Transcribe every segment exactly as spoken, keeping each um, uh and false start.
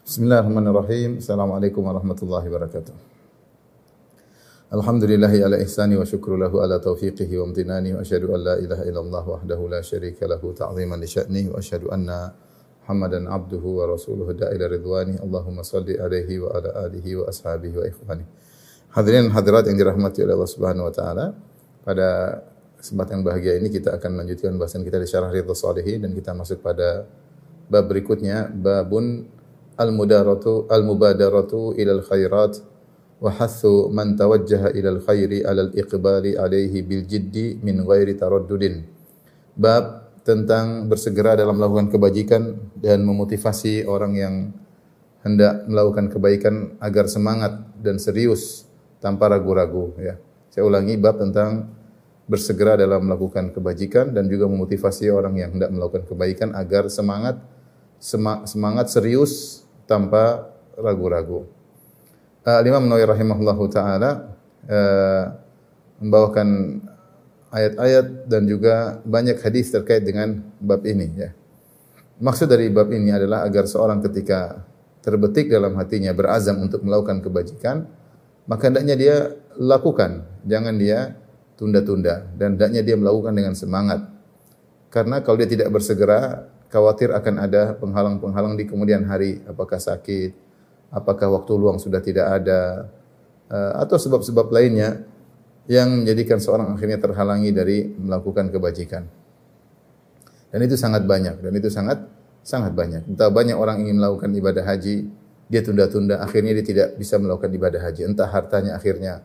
Bismillahirrahmanirrahim. Assalamualaikum warahmatullahi wabarakatuh. Alhamdulillahi ala ihsani wa syukru lahu ala taufiqihi wa amtinani wa asyhadu an la ilaha illallah wahdahu la syarika lahu ta'ziman li sya'nihi wa asyhadu anna Muhammadan abduhu wa rasuluhu da'ila ridwani. Allahumma salli alaihi wa ala alihi wa ashabihi wa ikhwani. Hadirin hadirat yang dirahmati oleh Allah Subhanahu wa taala, pada kesempatan yang bahagia ini kita akan melanjutkan bahasan kita di Syarah Riyadhus Shalihin dan kita masuk pada bab berikutnya, babun al-mudaratu al-mubadaratu ilal khairat wa hathu man tawajjaha ilal khairi alal iqbali alaihi bil jiddi min ghairi taraddudin. Bab tentang bersegera dalam melakukan kebajikan dan memotivasi orang yang hendak melakukan kebaikan agar semangat dan serius tanpa ragu-ragu, ya. Saya ulangi, bab tentang bersegera dalam melakukan kebajikan dan juga memotivasi orang yang hendak melakukan kebaikan agar semangat semangat serius tanpa ragu-ragu. Uh, Imam Nawawi rahimahullahu taala uh, membawakan ayat-ayat dan juga banyak hadis terkait dengan bab ini, ya. Maksud dari bab ini adalah agar seorang ketika terbetik dalam hatinya berazam untuk melakukan kebajikan, maka hendaknya dia lakukan, jangan dia tunda-tunda, dan hendaknya dia melakukan dengan semangat. Karena kalau dia tidak bersegera, khawatir akan ada penghalang-penghalang di kemudian hari, apakah sakit, apakah waktu luang sudah tidak ada, atau sebab-sebab lainnya yang menjadikan seorang akhirnya terhalangi dari melakukan kebajikan. Dan itu sangat banyak, dan itu sangat sangat banyak. Entah banyak orang ingin melakukan ibadah haji, dia tunda-tunda, akhirnya dia tidak bisa melakukan ibadah haji. Entah hartanya akhirnya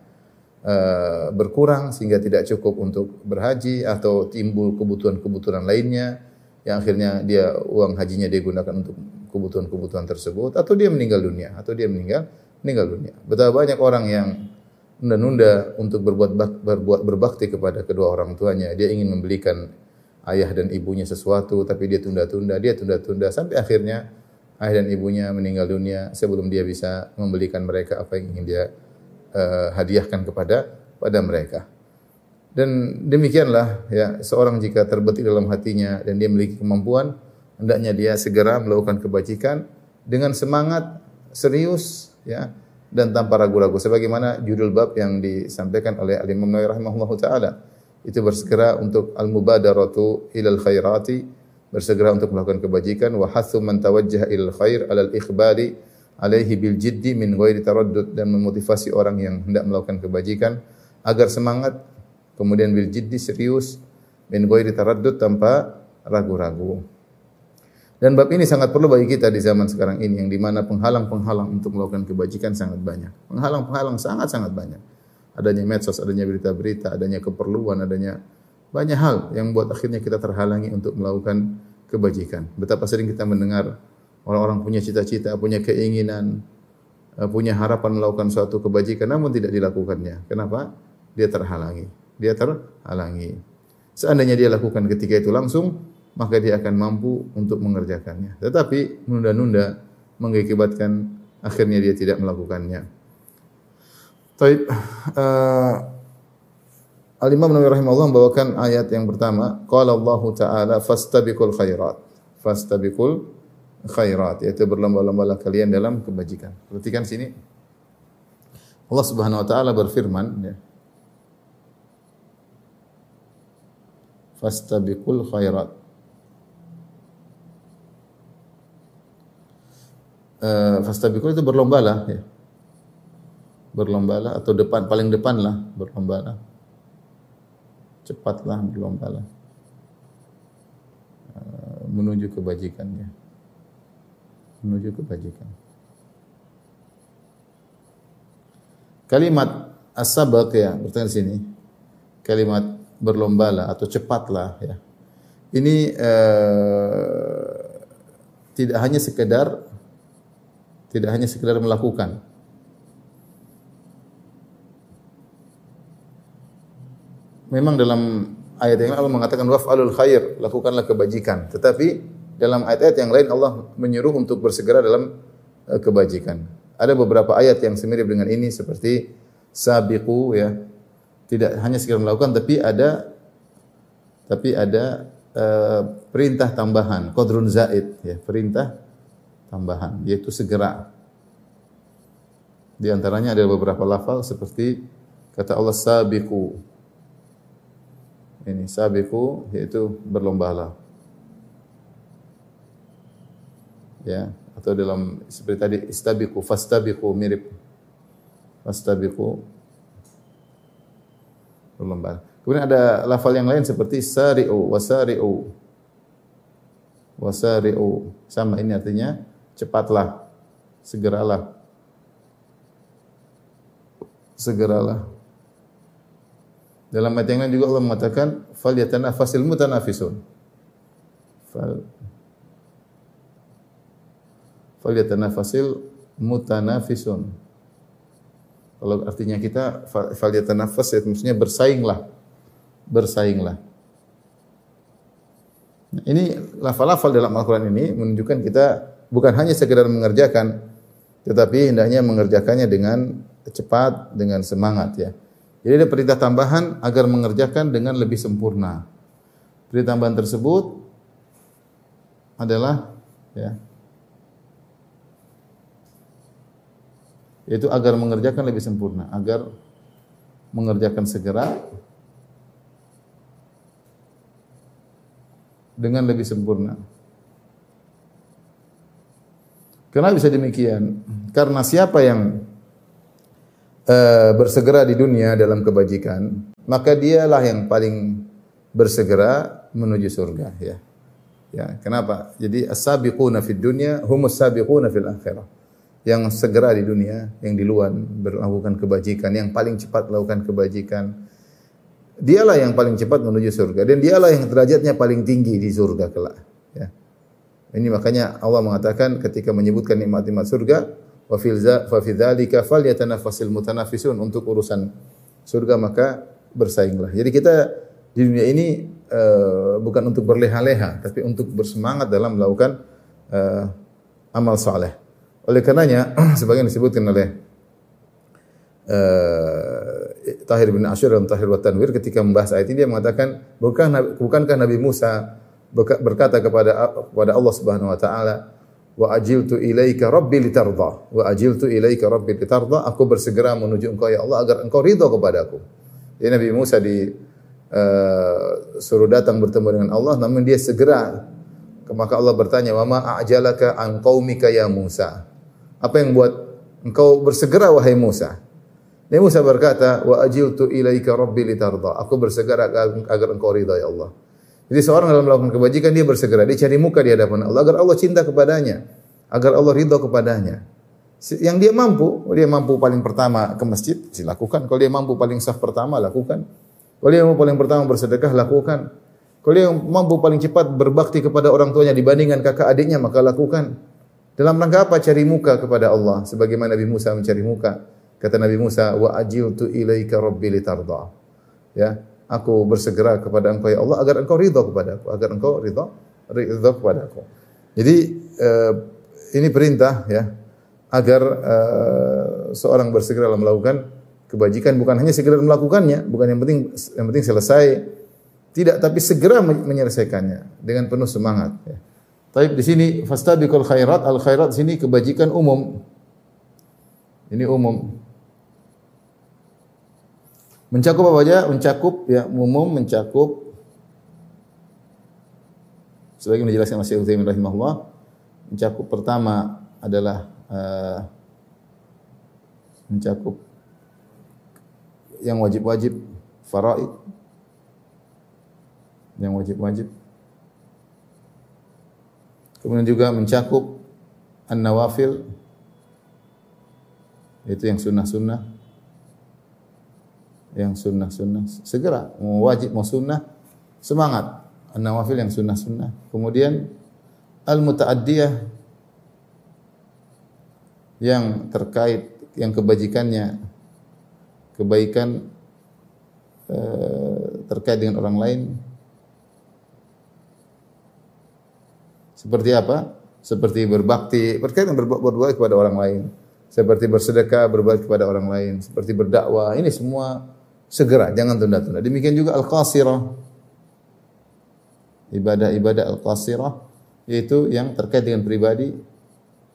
uh, berkurang sehingga tidak cukup untuk berhaji, atau timbul kebutuhan-kebutuhan lainnya yang akhirnya dia uang hajinya dia gunakan untuk kebutuhan-kebutuhan tersebut, atau dia meninggal dunia, atau dia meninggal meninggal dunia. Betapa banyak orang yang menunda untuk berbuat berbuat berbakti kepada kedua orang tuanya. Dia ingin membelikan ayah dan ibunya sesuatu, tapi dia tunda-tunda, dia tunda-tunda sampai akhirnya ayah dan ibunya meninggal dunia sebelum dia bisa membelikan mereka apa yang ingin dia uh, hadiahkan kepada pada mereka. Dan demikianlah, ya, seorang jika terbetik dalam hatinya dan dia memiliki kemampuan, hendaknya dia segera melakukan kebajikan dengan semangat, serius, ya, dan tanpa ragu-ragu. Sebagaimana judul bab yang disampaikan oleh Al-Imam Nawawi rahimahullahu taala, itu bersegera untuk al-mubadaratu ilal khairati, bersegera untuk melakukan kebajikan, wa hathu man tawajjaha ilal khair alal ikhbali alaihi bil jiddi min ghairi taraddud, dan memotivasi orang yang hendak melakukan kebajikan agar semangat, kemudian bil jiddi, serius, min ghairi taraddud, tanpa ragu-ragu. Dan bab ini sangat perlu bagi kita di zaman sekarang ini, yang di mana penghalang-penghalang untuk melakukan kebajikan sangat banyak. Penghalang-penghalang sangat-sangat banyak. Adanya medsos, adanya berita-berita, adanya keperluan, adanya banyak hal yang membuat akhirnya kita terhalangi untuk melakukan kebajikan. Betapa sering kita mendengar orang-orang punya cita-cita, punya keinginan, punya harapan melakukan suatu kebajikan, namun tidak dilakukannya. Kenapa? Dia terhalangi. Dia terhalangi. Seandainya dia lakukan ketika itu langsung, maka dia akan mampu untuk mengerjakannya. Tetapi menunda-nunda mengakibatkan akhirnya dia tidak melakukannya. Baik, uh, Al-Imam Nawawi rahimahullah membawakan ayat yang pertama, qala Allah Ta'ala fastabiqul khairat. Fastabiqul khairat, yaitu berlomba-lombalah kalian dalam kebajikan. Perhatikan sini. Allah Subhanahu wa taala berfirman, ya, fastabiqul khairat. Uh, fastabiqul itu berlombalah, ya. Berlombalah atau depan, paling depanlah, berlombalah. Cepatlah, berlombalah. Uh, menuju kebajikannya. Menuju kebajikan. Kalimat as-sabaq, ya, berarti di sini. Kalimat berlombalah atau cepatlah, ya. Ini uh, tidak hanya sekedar tidak hanya sekedar melakukan. Memang dalam ayat yang lain Allah mengatakan waf'alul khair, lakukanlah kebajikan. Tetapi dalam ayat-ayat yang lain Allah menyuruh untuk bersegera dalam uh, kebajikan. Ada beberapa ayat yang semirip dengan ini seperti sabiqu, ya. Tidak hanya sekedar melakukan, tapi ada tapi ada uh, perintah tambahan, qadrun zaid, ya, perintah tambahan, yaitu segera. Di antaranya ada beberapa lafal seperti kata Allah sabiqu. Ini sabiqu yaitu berlombalah. Ya, atau dalam seperti tadi istabiqu fastabiqu mirip fastabiqu berlomba. Kemudian ada lafal yang lain seperti sari'u wasari'u wasari'u, sama, ini artinya cepatlah, segeralah. Segeralah. Dalam ayat yang lain juga Allah mengatakan falyatanafasil mutanafisun. Fal falyatanafasil mutanafisun. Kalau artinya kita falyatanafas, ya maksudnya bersainglah. Bersainglah. Nah, ini lafal-lafal dalam Al-Qur'an ini menunjukkan kita bukan hanya sekedar mengerjakan, tetapi hendaknya mengerjakannya dengan cepat, dengan semangat, ya. Jadi ada perintah tambahan agar mengerjakan dengan lebih sempurna. Perintah tambahan tersebut adalah, ya, yaitu agar mengerjakan lebih sempurna, agar mengerjakan segera dengan lebih sempurna. Kenapa bisa demikian? Karena siapa yang uh, bersegera di dunia dalam kebajikan, maka dialah yang paling bersegera menuju surga, ya. Ya, kenapa? Jadi as-sabiquna fid dunya humus sabiquna fil akhirah. Yang segera di dunia, yang duluan melakukan kebajikan, yang paling cepat melakukan kebajikan, dialah yang paling cepat menuju surga, dan dialah yang derajatnya paling tinggi di surga kelak, ya. Ini makanya Allah mengatakan ketika menyebutkan nikmat-nikmat surga, wa fil fa fi dzalika falyatanafasil mutanafisun, untuk urusan surga maka bersainglah. Jadi kita di dunia ini uh, bukan untuk berleha-leha, tapi untuk bersemangat dalam melakukan uh, amal saleh. Oleh karenanya sebagian disebutkan oleh uh, Tahir bin Asyur dan Tahir wa Tanwir ketika membahas ayat ini, dia mengatakan, bukan bukankah Nabi Musa berkata kepada kepada Allah Subhanahu wa taala, wa ajiltu ilaika rabbi litarda, wa ajiltu ilaika rabbi litarda, aku bersegera menuju engkau ya Allah agar engkau ridha kepadaku. Jadi Nabi Musa di uh, suruh datang bertemu dengan Allah, namun dia segera. Maka Allah bertanya, wa ma a'jalaka an qaumika ya Musa, apa yang buat engkau bersegera wahai Musa? Nabi Musa berkata, wa ajiltu ilaika rabbi litarda, aku bersegera agar, agar engkau ridha ya Allah. Jadi seorang dalam melakukan kebajikan dia bersegera, dia cari muka di hadapan Allah agar Allah cinta kepadanya, agar Allah ridha kepadanya. Yang dia mampu, dia mampu paling pertama ke masjid, silakukan. Kalau dia mampu paling saf pertama, lakukan. Kalau dia mampu paling pertama bersedekah, lakukan. Kalau dia mampu paling cepat berbakti kepada orang tuanya dibandingkan kakak adiknya, maka lakukan. Dalam rangka apa? Cari muka kepada Allah, sebagaimana Nabi Musa mencari muka. Kata Nabi Musa, wa ajiltu ilaika rabbi litarda. Ya, aku bersegera kepada engkau ya Allah agar engkau ridha kepadaku, agar engkau ridha ridha kepadaku. Jadi uh, ini perintah, ya, agar uh, seorang bersegera dalam melakukan kebajikan, bukan hanya segera melakukannya, bukan yang penting yang penting selesai, tidak, tapi segera menyelesaikannya dengan penuh semangat, ya. Tapi di sini fastabiqul khairat, al khairat di sini kebajikan umum. Ini umum. Mencakup apa saja? Mencakup, ya, umum, mencakup sebagaimana dijelaskan oleh Syekh Utsaimin rahimahullah. Mencakup pertama adalah uh, mencakup yang wajib-wajib, faraid, yang wajib-wajib. Kemudian juga mencakup an-nawafil, itu yang sunnah-sunnah. Yang sunnah-sunnah segera, mau wajib mau sunnah semangat. An-nawafil yang sunnah-sunnah. Kemudian al-muta'addiyah yang terkait, yang kebajikannya kebaikan eh, terkait dengan orang lain. Seperti apa? Seperti berbakti, berkaitan berbuat kepada orang lain. Seperti bersedekah, berbakti kepada orang lain. Seperti berdakwah. Ini semua segera, jangan tunda-tunda. Demikian juga al-qasirah. Ibadah-ibadah al-qasirah, yaitu yang terkait dengan pribadi,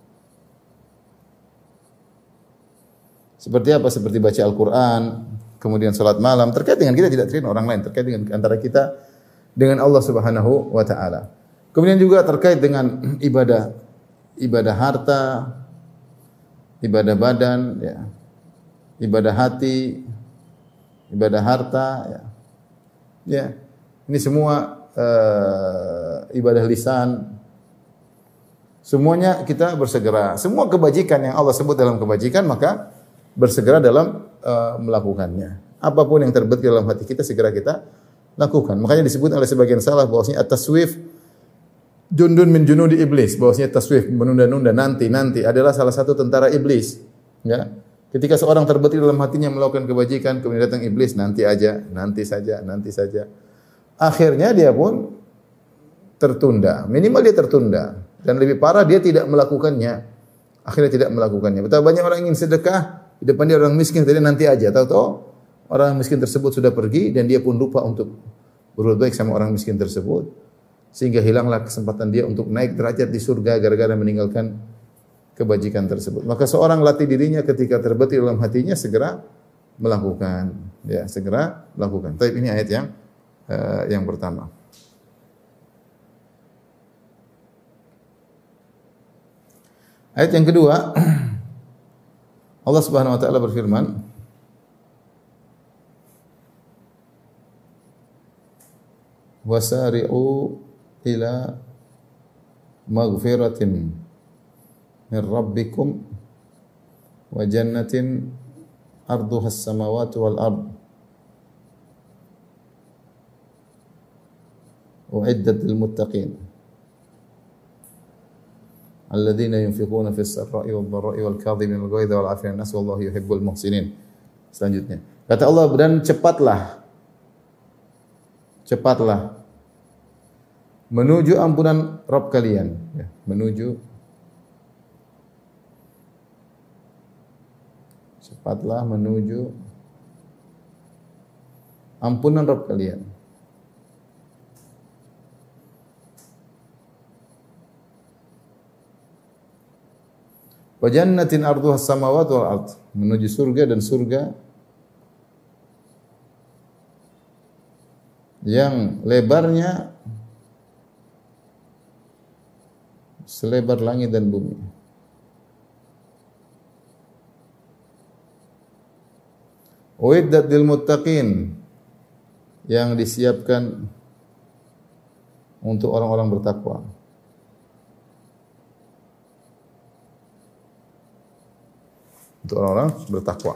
Seperti apa? Seperti baca Al-Qur'an, kemudian salat malam, terkait dengan kita, tidak terkait dengan orang lain, terkait dengan antara kita dengan Allah Subhanahu wa taala. Kemudian juga terkait dengan ibadah ibadah harta, ibadah badan, ya. Ibadah hati, ibadah harta, ya. Ya. Ini semua uh, ibadah lisan. Semuanya kita bersegera. Semua kebajikan yang Allah sebut dalam kebajikan, maka bersegera dalam uh, melakukannya. Apapun yang terbetik dalam hati kita, segera kita lakukan. Makanya disebut oleh sebagian salaf bahwasanya at-taswif jundun min junudi iblis. Bahwasanya taswif, menunda-nunda, nanti-nanti adalah salah satu tentara iblis. Ya. Ketika seorang terbetik dalam hatinya melakukan kebajikan, kemudian datang iblis, nanti aja, nanti saja, nanti saja. Akhirnya dia pun tertunda. Minimal dia tertunda. Dan lebih parah dia tidak melakukannya. Akhirnya tidak melakukannya. Betapa banyak orang ingin sedekah, di depan dia orang miskin, tadi nanti aja. Tahu-tahu orang miskin tersebut sudah pergi dan dia pun lupa untuk berbuat baik sama orang miskin tersebut. Sehingga hilanglah kesempatan dia untuk naik derajat di surga gara-gara meninggalkan kebajikan tersebut. Maka seorang latih dirinya ketika terbetik dalam hatinya segera melakukan. Ya, segera melakukan. Tapi ini ayat yang uh, yang pertama. Ayat yang kedua, Allah Subhanahu wa taala berfirman, "Wasari'u ila maghfiratin min rabbikum wa jannatin arduha as-samawati wal ard u'iddat lil muttaqin." Alladzina yunfiquna fis sarra'i wad dharra'i wal kadhimina al ghaidha wal 'afina an-nas wallahu yuhibbul muhsinin. Selanjutnya, kata Allah, dan cepatlah cepatlah menuju ampunan Rabb kalian, ya, menuju cepatlah menuju ampunan Rabb kalian. Wa jannatin arduha as-samawati wal ard, menuju surga dan surga yang lebarnya selebar langit dan bumi. Uiddat lil muttaqin, yang disiapkan untuk orang-orang bertakwa. Untuk orang-orang bertakwa.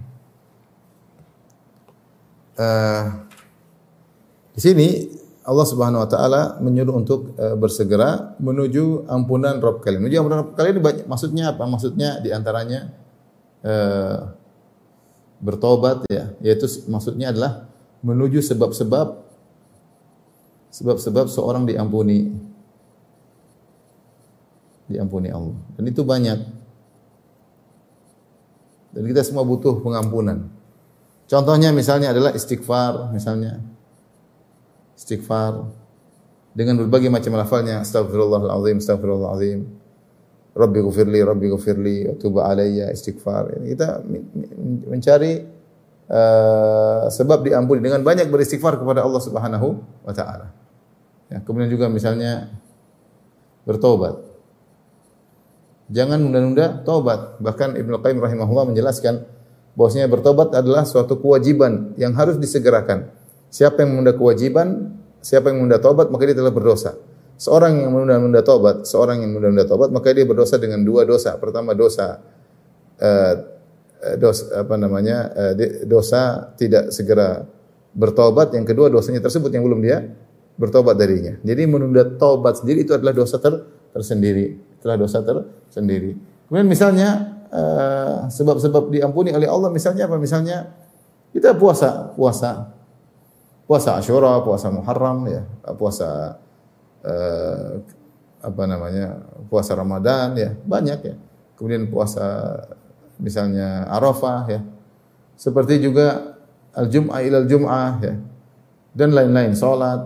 Uh, di sini Allah Subhanahu wa taala menyuruh untuk uh, bersegera menuju ampunan Rabb kalian. Menuju ampunan Rabb kalian banyak, maksudnya apa? Maksudnya di antaranya uh, bertobat, ya, yaitu maksudnya adalah menuju sebab-sebab sebab-sebab seorang diampuni diampuni Allah. Dan itu banyak. Dan kita semua butuh pengampunan. Contohnya misalnya adalah istighfar, misalnya. Istighfar dengan berbagai macam lafalnya, astagfirullahal azim, astagfirullahal azim. Rabbi ghfirli, Rabbi ghfirli, wa tub alayya, istighfar. Kita mencari uh, sebab diampuni dengan banyak beristighfar kepada Allah Subhanahu wa taala. Ya, kemudian juga misalnya bertobat. Jangan menunda-nunda taubat. Bahkan Ibnu Qayyim rahimahullah menjelaskan bahwasanya bertobat adalah suatu kewajiban yang harus disegerakan. Siapa yang menunda kewajiban, siapa yang menunda taubat, maka dia telah berdosa. Seorang yang menunda-nunda taubat, seorang yang menunda-nunda taubat, maka dia berdosa dengan dua dosa. Pertama dosa uh, dosa apa namanya? Uh, dosa tidak segera bertobat, yang kedua dosanya tersebut yang belum dia bertobat darinya. Jadi menunda taubat sendiri itu adalah dosa ter tersendiri. Itulah dosa tersendiri. Kemudian misalnya uh, sebab-sebab diampuni oleh Allah, misalnya apa? Misalnya kita puasa, puasa, puasa Asyura, puasa Muharram, ya, puasa uh, apa namanya, puasa Ramadan, ya, banyak, ya. Kemudian puasa misalnya Arafah, ya. Seperti juga al-Jum'ah ilal Jum'ah, ya, dan lain-lain, salat.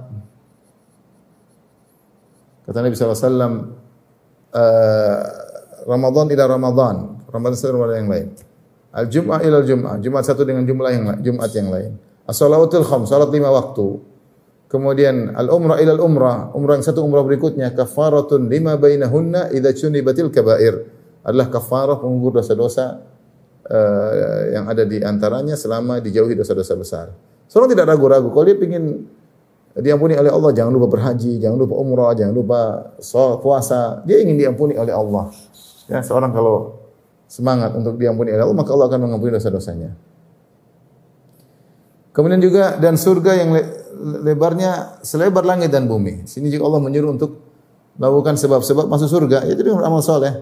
Kata Nabi sallallahu alaihi wasallam, uh, Ramadan ila Ramadan, Ramadan sampai Ramadan yang lain. Al-jum'ah ila al-jum'ah, Jumat satu dengan jumlah yang Jumat yang lain. As-shalawatul khams, salat lima waktu. Kemudian al-umrah ila al-umrah, umrah yang satu umrah berikutnya kafaratun lima bainahunna idza junibatil kaba'ir. Adalah kafarah penggugur dosa-dosa uh, yang ada di antaranya selama dijauhi dosa-dosa besar. Seorang tidak ragu-ragu kalau dia ingin diampuni oleh Allah, jangan lupa berhaji, jangan lupa umrah, jangan lupa puasa. Dia ingin diampuni oleh Allah. Ya, seorang kalau semangat untuk diampuni oleh Allah, maka Allah akan mengampuni dosa-dosanya. Kemudian juga dan surga yang le lebarnya selebar langit dan bumi. Sini juga Allah menyuruh untuk melakukan sebab-sebab masuk surga. Ya, jadi beramal saleh.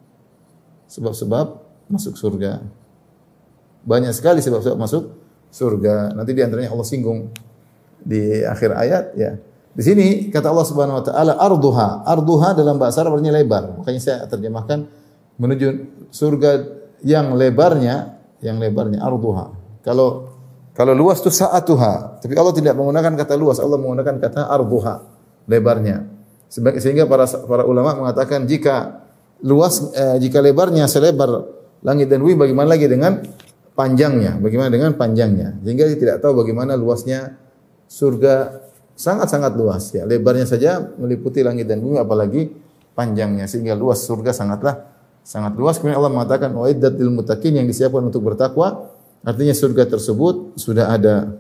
Sebab-sebab masuk surga. Banyak sekali sebab-sebab masuk surga. Nanti di antaranya Allah singgung di akhir ayat ya. Di sini kata Allah Subhanahu wa taala arduha. Arduha dalam bahasa Arab artinya lebar. Makanya saya terjemahkan menuju surga yang lebarnya, yang lebarnya arduha. Kalau kalau luas itu sa'atuha, tapi Allah tidak menggunakan kata luas, Allah menggunakan kata arduha, lebarnya. Sehingga para para ulama mengatakan jika luas eh, jika lebarnya selebar langit dan bumi, bagaimana lagi dengan panjangnya? Bagaimana dengan panjangnya? Sehingga dia tidak tahu bagaimana luasnya surga, sangat-sangat luas ya. Lebarnya saja meliputi langit dan bumi, apalagi panjangnya, sehingga luas surga sangatlah sangat luas. Kemudian Allah mengatakan wa'iddat lil muttaqin, yang disiapkan untuk bertakwa. Artinya surga tersebut sudah ada.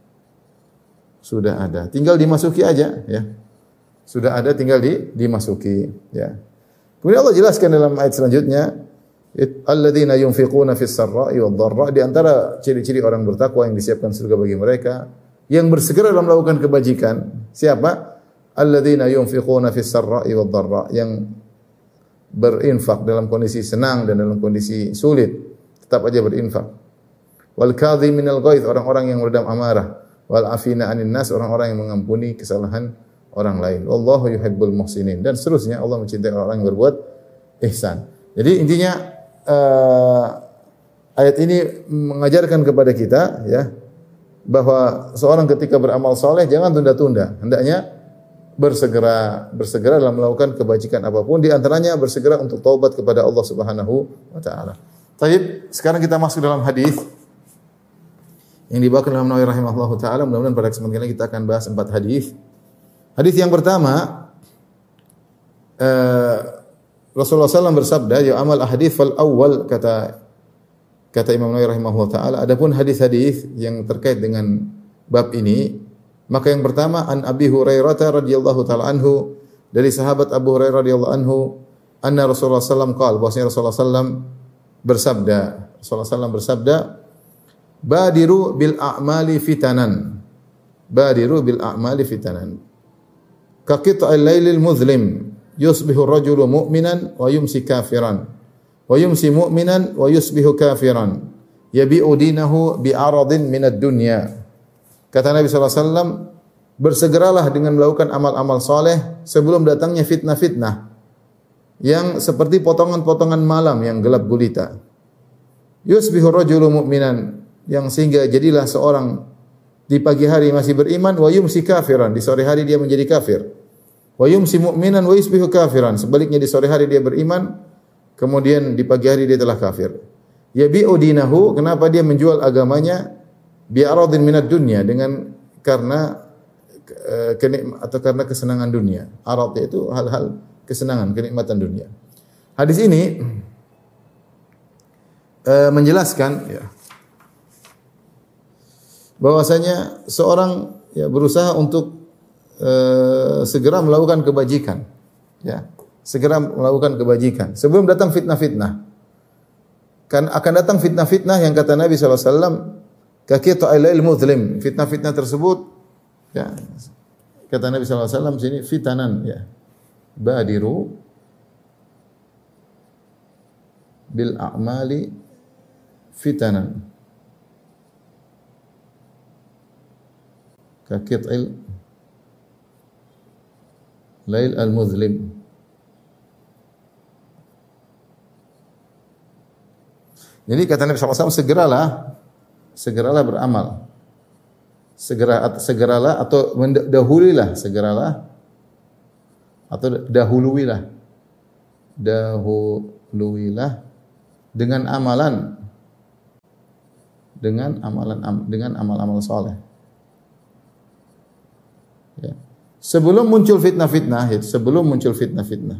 Sudah ada. Tinggal dimasuki aja ya. Sudah ada, tinggal di dimasuki ya. Kemudian Allah jelaskan dalam ayat selanjutnya, alladzina yunfiquna fis sarra'i wad dharra, di antara ciri-ciri orang bertakwa yang disiapkan surga bagi mereka, yang bersegera dalam melakukan kebajikan. Siapa? Alladzina yunfiquna fis sarra'i wad dharra, yang berinfak dalam kondisi senang dan dalam kondisi sulit, tetap aja berinfak. Wal kadhiminal ghaidz, orang-orang yang meredam amarah. Wal afina 'anil nas, orang-orang yang mengampuni kesalahan orang lain. Wallahu yuhibbul muhsinin, dan seterusnya. Allah mencintai orang yang berbuat ihsan. Jadi intinya uh, ayat ini mengajarkan kepada kita ya, bahwa seorang ketika beramal saleh jangan tunda-tunda. Hendaknya bersegera bersegera dalam melakukan kebajikan apapun, di antaranya bersegera untuk taubat kepada Allah Subhanahu wa taala. Baik, sekarang kita masuk dalam hadis yang dibawakan oleh Imam Nawawi rahimahullahu taala. Mudah-mudahan pada kesempatan ini kita akan bahas empat hadis. Hadis yang pertama, uh, Rasulullah sallallahu alaihi wasallam bersabda, "Ya amal ahadits fal awwal," kata kata Imam Nawawi rahimahullahu taala. Adapun hadis-hadis yang terkait dengan bab ini, maka yang pertama an Abi Hurairah radhiyallahu taala anhu, dari sahabat Abu Hurairah radhiyallahu anhu, anna Rasulullah sallallahu alaihi wasallam qaal, bahwasanya Rasulullah sallallahu alaihi wasallam bersabda, Rasulullah sallallahu alaihi wasallam bersabda, "Badiru bil a'mali fitanan." Badiru bil a'mali fitanan. Ka qit'il lailil muzlim, yusbihu ar-rajulu mu'minan wa yumsi kafiran. Wa yumsi mu'minan wa yusbihu kafiran. Yabi'u dinahu bi'aradin minad dunya. Kata Nabi sallallahu alaihi wasallam, bersegeralah dengan melakukan amal-amal saleh sebelum datangnya fitnah-fitnah yang seperti potongan-potongan malam yang gelap gulita. Yusbihu ar-rajulu mu'minan, yang sehingga jadilah seorang di pagi hari masih beriman, wa yumsi kafiran, di sore hari dia menjadi kafir. Wa yumsi mu'minan wa yusbihu kafiran, sebaliknya di sore hari dia beriman, kemudian di pagi hari dia telah kafir. Yabi'u dinahu, kenapa dia menjual agamanya, bi'aradin minad dunya, dengan karena uh, kenikmatan atau karena kesenangan dunia. Arad itu hal-hal kesenangan, kenikmatan dunia. Hadis ini uh, menjelaskan ya, bahwasanya seorang ya berusaha untuk uh, segera melakukan kebajikan, ya, segera melakukan kebajikan sebelum datang fitnah-fitnah. Kan akan datang fitnah-fitnah yang kata Nabi sallallahu alaihi wasallam, kaqita'il muzlim, fitnah-fitnah tersebut, ya, kata Nabi sallallahu alaihi wasallam sini fitanan, ya, badiru bil a'mali fitanan. Kaqit'il lail al-muzlim. Jadi kata Nabi sallallahu alaihi wasallam, segeralah segeralah beramal. Segera segeralah atau mendahuluilah, segeralah atau dahuluilah. Dahuluilah dengan amalan dengan amalan dengan amal-amal soleh. Ya. Sebelum muncul fitnah-fitnah, sebelum muncul fitnah-fitnah.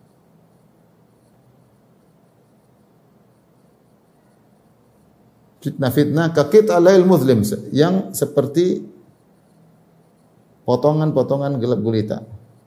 Fitnah-fitnah kakit alail muslim yang seperti potongan-potongan gelap gulita.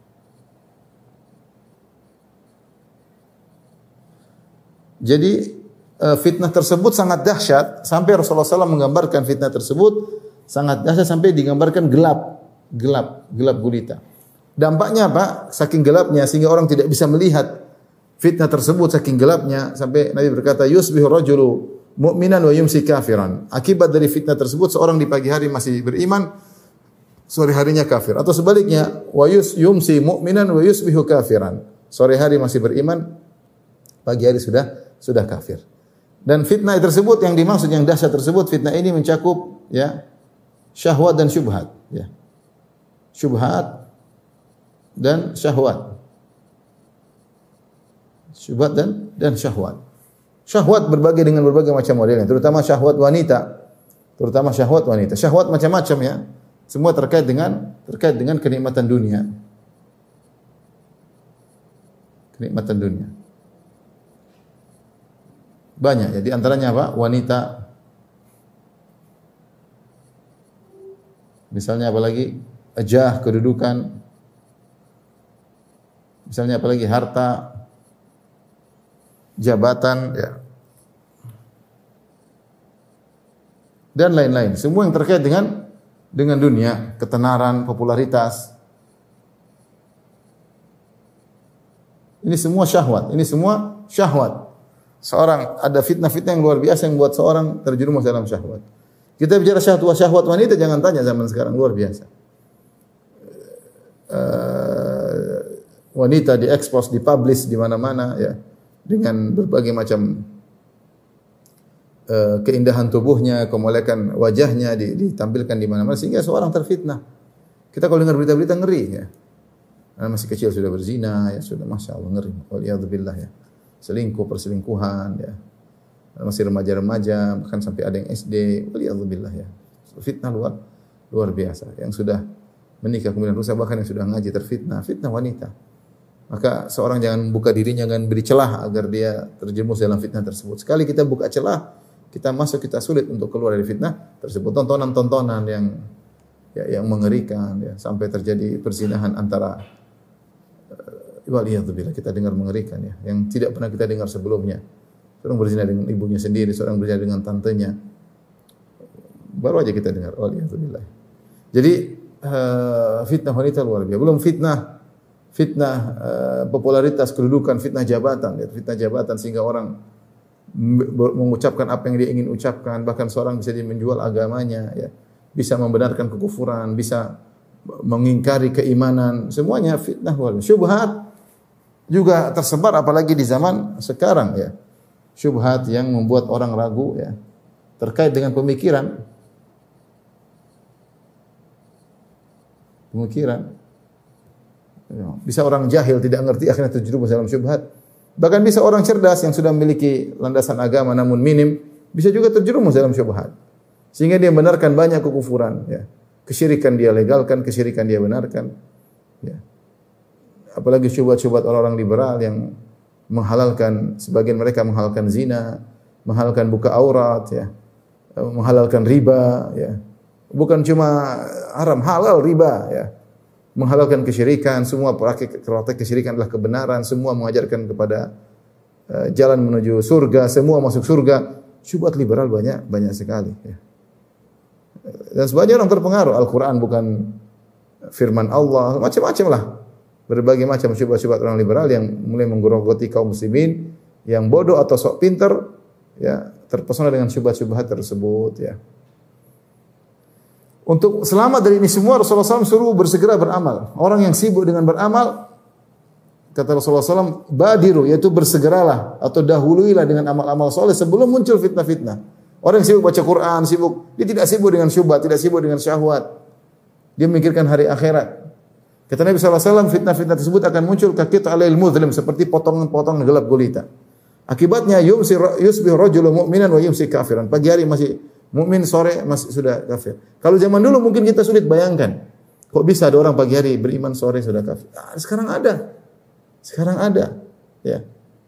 Jadi fitnah tersebut sangat dahsyat sampai Rasulullah shallallahu alaihi wasallam menggambarkan fitnah tersebut sangat dahsyat sampai digambarkan gelap, gelap, gelap gulita. Dampaknya apa? Saking gelapnya sehingga orang tidak bisa melihat fitnah tersebut saking gelapnya sampai Nabi berkata yusbihu rajulu mu'minan wa yumsi kafiran. Akibat dari fitnah tersebut seorang di pagi hari masih beriman, sore harinya kafir. Atau sebaliknya, wa yumsi mu'minan wa yusbihu kafiran. Sore hari masih beriman, pagi hari sudah sudah kafir. Dan fitnah tersebut yang dimaksud yang dahsyat tersebut, fitnah ini mencakup ya syahwat dan syubhat, ya. Syubhat dan syahwat. Syubhat dan dan syahwat. Syahwat berbagai dengan berbagai macam modelnya, terutama syahwat wanita. Terutama syahwat wanita. Syahwat macam-macam ya. Semua terkait dengan terkait dengan kenikmatan dunia. Kenikmatan dunia. Banyak ya, di antaranya apa? Wanita. Misalnya apa lagi? Ajah, kedudukan. Misalnya apa lagi? Harta, jabatan, ya. Dan lain-lain. Semua yang terkait dengan dengan dunia, ketenaran, popularitas. Ini semua syahwat. Ini semua syahwat. Seorang ada fitnah-fitnah yang luar biasa yang buat seorang terjerumus dalam syahwat. Kita bicara syahwat syahwat wanita jangan tanya zaman sekarang luar biasa. Uh, wanita diekspos, dipublish di mana-mana ya dengan berbagai macam uh, keindahan tubuhnya, kemolekan wajahnya ditampilkan di mana-mana sehingga seorang terfitnah. Kita kalau dengar berita-berita ngeri ya. Karena masih kecil sudah berzina ya sudah masya Allah ngeri. Waliyadzubillah ya. Selingkuh, perselingkuhan ya. Masih remaja-remaja, bahkan sampai ada yang S D. Waliyadzubillah ya. Fitnah luar luar biasa. Yang sudah menikah kemudian rusak, bahkan yang sudah ngaji terfitnah, fitnah wanita. Maka seorang jangan buka dirinya, jangan beri celah agar dia terjerumus dalam fitnah tersebut. Sekali kita buka celah, kita masuk, kita sulit untuk keluar dari fitnah tersebut. Tontonan-tontonan yang ya, yang mengerikan ya, sampai terjadi perzinahan antara waliyadzubillah, kita dengar mengerikan ya, yang tidak pernah kita dengar sebelumnya. Seorang berzina dengan ibunya sendiri, seorang berzina dengan tantenya. Baru aja kita dengar, waliyadzubillah. Jadi uh, fitnah wanita luar biasa. Belum fitnah fitnah uh, popularitas, kedudukan, fitnah jabatan, ya, fitnah jabatan sehingga orang mengucapkan apa yang dia ingin ucapkan, bahkan seorang bisa menjual agamanya ya, bisa membenarkan kekufuran, bisa mengingkari keimanan, semuanya fitnah luar biasa. Syubhat juga tersebar apalagi di zaman sekarang ya. Syubhat yang membuat orang ragu ya terkait dengan pemikiran. Pemikiran. Bisa orang jahil tidak ngerti akhirnya terjerumus dalam syubhat. Bahkan bisa orang cerdas yang sudah memiliki landasan agama namun minim bisa juga terjerumus dalam syubhat. Sehingga dia benarkan banyak kekufuran ya. Kesyirikan dia legalkan, kesyirikan dia benarkan ya. Apalagi syubhat-syubhat orang-orang liberal yang menghalalkan, sebagian mereka menghalalkan zina, menghalalkan buka aurat ya, menghalalkan riba ya. Bukan cuma haram, halal riba ya. Menghalalkan kesyirikan, semua praktik kesyirikan adalah kebenaran, semua mengajarkan kepada uh, jalan menuju surga, semua masuk surga. Syubhat liberal banyak banyak sekali ya. Dan sebagian orang terpengaruh, Al-Qur'an bukan firman Allah, macam-macam lah. Berbagai macam syubhat-syubhat orang liberal yang mulai menggerogoti kaum muslimin yang bodoh atau sok pintar ya, terpesona dengan syubhat-syubhat tersebut ya. Untuk selamat dari ini semua Rasulullah shallallahu alaihi wasallam suruh bersegera beramal. Orang yang sibuk dengan beramal, kata Rasulullah shallallahu alaihi wasallam, badiru, yaitu bersegeralah atau dahuluilah dengan amal-amal soleh sebelum muncul fitnah-fitnah. Orang yang sibuk baca Quran, sibuk, dia tidak sibuk dengan syubhat, tidak sibuk dengan syahwat. Dia memikirkan hari akhirat. Kata Nabi shallallahu alaihi wasallam, fitnah-fitnah tersebut akan muncul kakit alail muzlim, seperti potongan-potongan gelap gulita. Akibatnya yumsi yusbih rajulun mu'minan wa yumsi kafiran. Pagi hari masih Mukmin sore masih sudah kafir. Kalau zaman dulu mungkin kita sulit bayangkan. Kok bisa ada orang pagi hari beriman sore sudah kafir? Ah, sekarang ada. Sekarang ada. Ya.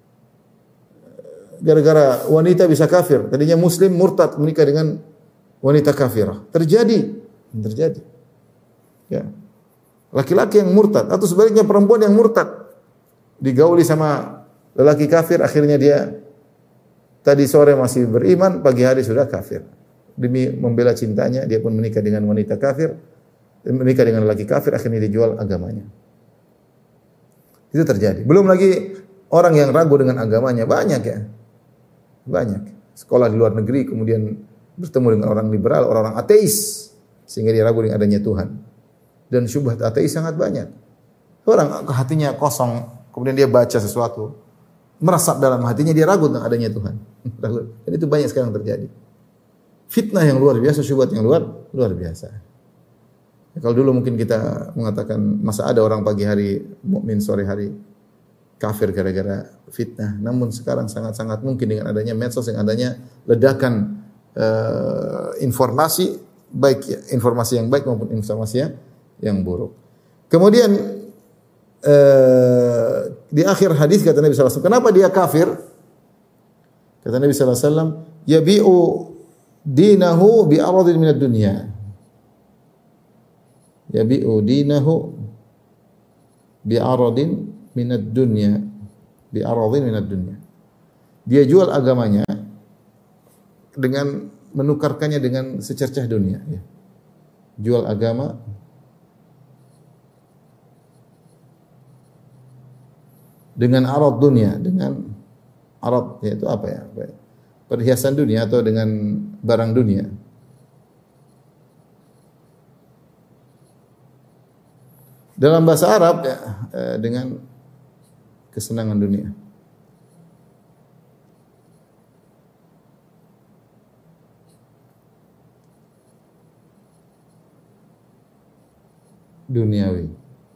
Gara-gara wanita bisa kafir. Tadinya muslim murtad menikah dengan wanita kafirah. Terjadi. Terjadi. Ya. Laki-laki yang murtad atau sebaliknya perempuan yang murtad digauli sama lelaki kafir, akhirnya dia tadi sore masih beriman, pagi hari sudah kafir. Demi membela cintanya, dia pun menikah dengan wanita kafir, menikah dengan lelaki kafir, akhirnya dijual agamanya. Itu terjadi. Belum lagi orang yang ragu dengan agamanya, banyak ya. Banyak. Sekolah di luar negeri, kemudian bertemu dengan orang liberal, orang-orang ateis, sehingga dia ragu dengan adanya Tuhan. Dan syubhat ateis sangat banyak. Orang hatinya kosong, kemudian dia baca sesuatu, meresap dalam hatinya, dia ragu tentang adanya Tuhan. Dan itu banyak sekarang terjadi. Fitnah yang luar biasa, syubhat yang luar luar biasa. Ya, kalau dulu mungkin kita mengatakan masa ada orang pagi hari mukmin, sore hari kafir gara-gara fitnah. Namun sekarang sangat-sangat mungkin dengan adanya medsos, yang adanya ledakan uh, informasi, baik ya, informasi yang baik maupun informasi yang, yang buruk. Kemudian uh, di akhir hadis kata Nabi sallallahu alaihi wasallam, kenapa dia kafir? Kata Nabi sallallahu alaihi wasallam, yabi'u dinahu bi aradin minad dunya. Yabi'u dinahu bi aradin minad dunya. Bi aradin minad dunya. Dia jual agamanya dengan menukarkannya dengan secercah dunia, ya. Jual agama dengan arad dunia, dengan arad, yaitu apa ya? Apa ya? Perhiasan dunia atau dengan barang dunia. Dalam bahasa Arab ya, dengan kesenangan dunia. Duniawi.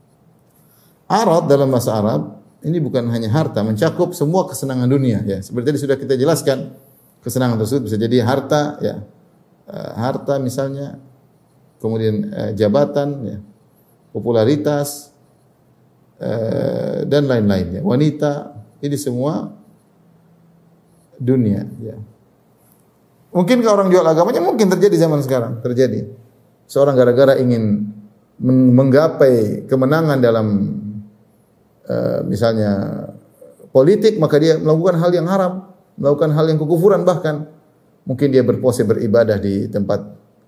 Arad dalam bahasa Arab ini bukan hanya harta, mencakup semua kesenangan dunia ya. Seperti tadi sudah kita jelaskan. Kesenangan tersebut bisa jadi harta, ya, uh, harta misalnya, kemudian uh, jabatan, ya, popularitas, uh, dan lain-lainnya. Wanita, ini semua dunia. Ya. Mungkin kalau orang jual agamanya, mungkin terjadi zaman sekarang, terjadi. Seorang gara-gara ingin menggapai kemenangan dalam uh, misalnya politik, maka dia melakukan hal yang haram. Melakukan hal yang kekufuran, bahkan mungkin dia berpose beribadah di tempat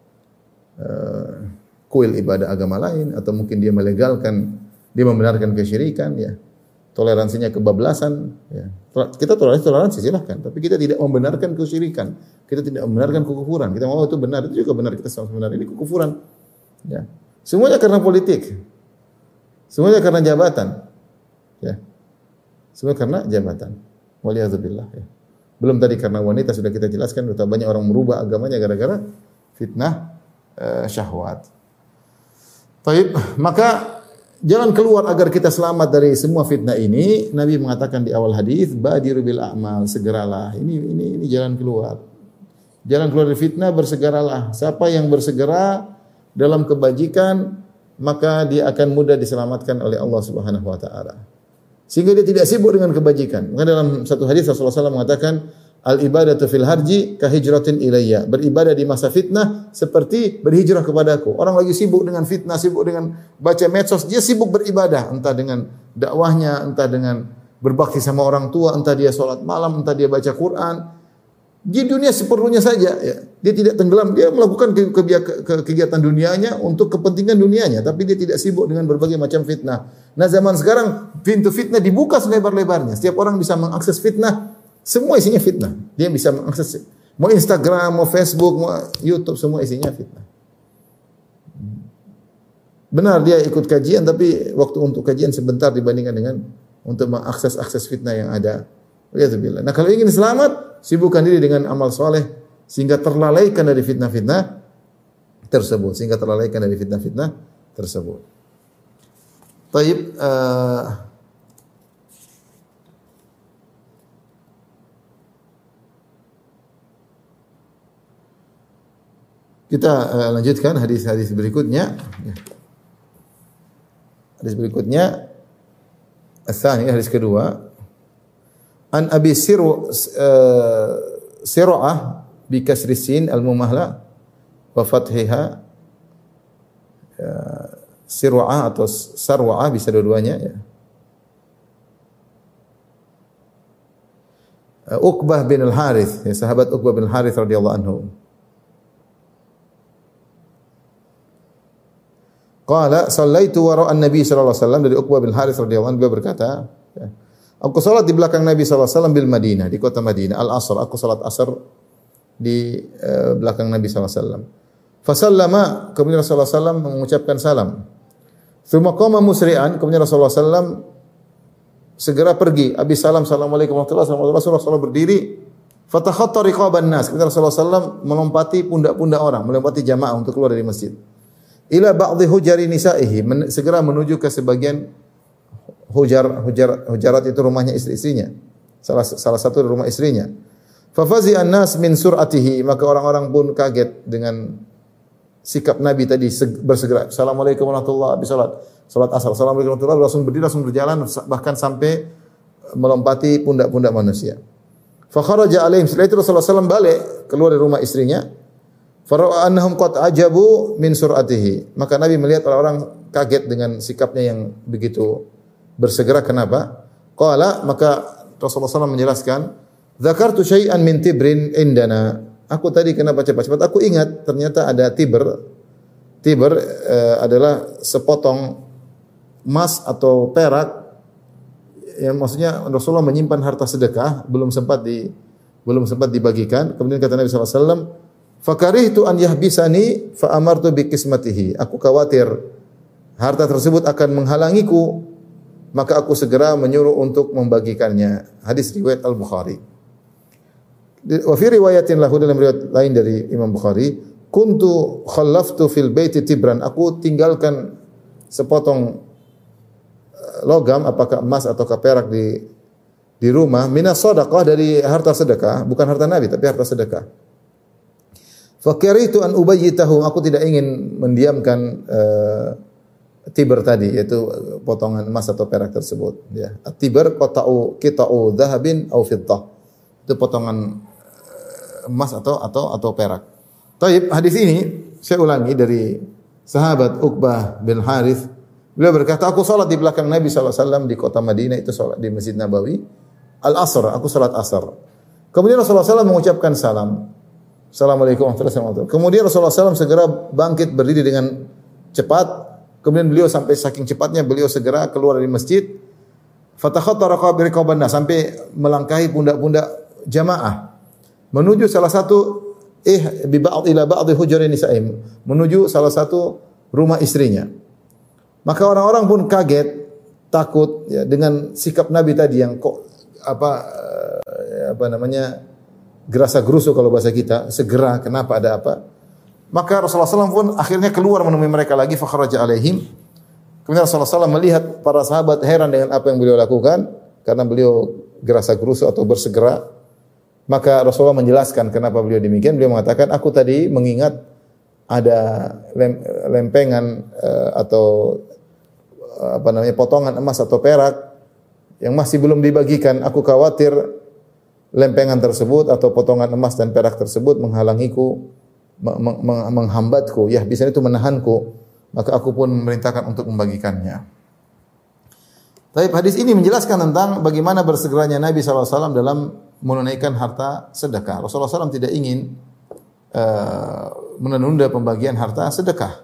uh, kuil ibadah agama lain, atau mungkin dia melegalkan, dia membenarkan kesyirikan, ya, toleransinya kebablasan, ya. Kita toleransi toleransi silahkan, tapi kita tidak membenarkan kesyirikan, kita tidak membenarkan kekufuran. Kita mau itu benar, itu juga benar, kita sama benar, ini kekufuran, ya. Semuanya karena politik, semuanya karena jabatan, ya, semua karena jabatan. Waliyadzubillah, ya. Belum tadi karena wanita sudah kita jelaskan, betapa banyak orang merubah agamanya gara-gara fitnah uh, syahwat. Baik, maka jalan keluar agar kita selamat dari semua fitnah ini, Nabi mengatakan di awal hadis, badiru bil a'mal, segeralah. Ini ini ini jalan keluar. Jalan keluar dari fitnah, bersegeralah. Siapa yang bersegera dalam kebajikan, maka dia akan mudah diselamatkan oleh Allah Subhanahu wa taala. Sehingga dia tidak sibuk dengan kebajikan. Maka dalam satu hadis Rasulullah shallallahu alaihi wasallam mengatakan, al-ibadatu fil harji kahijratin ilayya. Beribadah di masa fitnah seperti berhijrah kepadaku. Orang lagi sibuk dengan fitnah, sibuk dengan baca medsos, dia sibuk beribadah. Entah dengan dakwahnya, entah dengan berbakti sama orang tua, entah dia sholat malam, entah dia baca Quran. Di dunia seperlunya saja, ya. Dia tidak tenggelam, dia melakukan ke, ke, ke, kegiatan dunianya untuk kepentingan dunianya, tapi dia tidak sibuk dengan berbagai macam fitnah. Nah, zaman sekarang pintu fitnah dibuka selebar-lebarnya. Setiap orang bisa mengakses fitnah, semua isinya fitnah. Dia bisa mengakses mau Instagram, mau Facebook, mau YouTube, semua isinya fitnah. Benar dia ikut kajian, tapi waktu untuk kajian sebentar dibandingkan dengan untuk mengakses-akses fitnah yang ada. Waliyadzubillah. Nah, kalau ingin selamat, sibukkan diri dengan amal soleh sehingga terlalaikan dari fitnah-fitnah tersebut, sehingga terlalaikan dari fitnah-fitnah tersebut. Taib, uh, Kita uh, lanjutkan hadis-hadis berikutnya. Hadis berikutnya, ats-tsani, hadis kedua. An Abi Siru uh, Sir'ah bi kasri sin al-mumahla wa fathiha, ya, Sir'ah atau Sarwa'ah bisa dua-duanya, ya. Uqbah bin Al-Harits, ya, sahabat Uqbah bin Al-Harits radhiyallahu anhu. Qala sallaitu wara an-nabi sallallahu alaihi wasallam, dari Uqbah bin Al-Harits radhiyallahu anhu, beliau berkata, ya, aku salat di belakang Nabi sallallahu alaihi wasallam bil Madinah, di kota Madinah, al-asr, aku salat asar di uh, belakang Nabi sallallahu alaihi wasallam. Fa sallama, kemudian Rasulullah sallallahu alaihi wasallam mengucapkan salam. Tsumma qama musri'an, kemudian Rasulullah sallallahu alaihi wasallam segera pergi. Habis salam, assalamualaikum warahmatullahi wabarakatuh, Rasulullah sallallahu berdiri. Fatakhatta riqaban nas, kemudian Rasulullah sallallahu alaihi wasallam melompati pundak-pundak orang, melompati jamaah untuk keluar dari masjid. Ila ba'dhi hujari nisaihi, men, segera menuju ke sebagian hujar, hujar hujarat itu rumahnya istri-istrinya. Salah salah satu rumah istrinya. Fa fazi'an nas min sur'atihi, maka orang-orang pun kaget dengan sikap Nabi tadi, bersegera. Assalamualaikum warahmatullahi wabarakatuh, salat. Salat asar. Assalamualaikum warahmatullahi wabarakatuh, langsung berdiri, langsung berjalan, bahkan sampai melompati pundak-pundak manusia. Fa kharaja alaihim, setelah itu Rasulullah sallallahu alaihi wasallam balik keluar dari rumah istrinya. Fara'a annahum qad ajabu min sur'atihi, maka Nabi melihat orang-orang kaget dengan sikapnya yang begitu bersegera. Kenapa? Qala, maka Rasulullah sallallahu alaihi wasallam menjelaskan, dzakartu syai'an min tibrin indana. Aku tadi kenapa cepat-cepat? Aku ingat ternyata ada tiber. Tiber uh, adalah sepotong emas atau perak yang maksudnya Rasulullah menyimpan harta sedekah, belum sempat di belum sempat dibagikan. Kemudian kata Nabi sallallahu alaihi wasallam, "Fakarihtu an yahbisani fa amartu bi qismatihi." Aku khawatir harta tersebut akan menghalangiku, maka aku segera menyuruh untuk membagikannya. Hadis riwayat Al-Bukhari. Wa fi riwayatin lahu, dalam riwayat lain dari Imam Bukhari, kuntu khallaftu fil baiti tibran, aku tinggalkan sepotong logam, apakah emas atau perak di di rumah, minas shadaqah, dari harta sedekah, bukan harta Nabi tapi harta sedekah. Fakaritu an ubayyitahu, aku tidak ingin mendiamkan uh, tiber tadi, yaitu potongan emas atau perak tersebut, ya. At-tiber qata'u qita'u dhahabin aw fiddah, itu potongan emas atau atau atau perak. Taib, hadis ini saya ulangi dari sahabat Uqbah bin Harits. Beliau berkata, aku salat di belakang Nabi sallallahu alaihi wasallam di kota Madinah, itu salat di Masjid Nabawi, al-asr, aku salat asar. Kemudian Rasulullah sallallahu alaihi wasallam mengucapkan salam. Assalamualaikum warahmatullahi wabarakatuh. Kemudian Rasulullah sallallahu alaihi wasallam segera bangkit berdiri dengan cepat. Kemudian beliau sampai saking cepatnya beliau segera keluar dari masjid. Fatakhatta riqaban nas, sampai melangkahi pundak-pundak jamaah menuju salah satu eh bi ba'd ila ba'd hujurin nisa'im, menuju salah satu rumah istrinya. Maka orang-orang pun kaget, takut, ya, dengan sikap Nabi tadi yang kok apa apa namanya gerasa gerusu kalau bahasa kita, segera, kenapa, ada apa? Maka Rasulullah sallallahu alaihi wasallam pun akhirnya keluar menemui mereka lagi, fa kharaja alaihim. Kemudian Rasulullah sallallahu alaihi wasallam melihat para sahabat heran dengan apa yang beliau lakukan, karena beliau gerasa gerusu atau bersegera. Maka Rasulullah menjelaskan kenapa beliau demikian. Beliau mengatakan, aku tadi mengingat ada lem, lempengan uh, atau uh, apa namanya potongan emas atau perak yang masih belum dibagikan. Aku khawatir lempengan tersebut atau potongan emas dan perak tersebut menghalangiku, meng, meng, menghambatku, ya bisa itu menahanku. Maka aku pun memerintahkan untuk membagikannya. Tapi hadis ini menjelaskan tentang bagaimana bersegeranya Nabi sallallahu alaihi wasallam dalam menunaikan harta sedekah. Rasulullah sallallahu alaihi wasallam tidak ingin uh, menunda pembagian harta sedekah.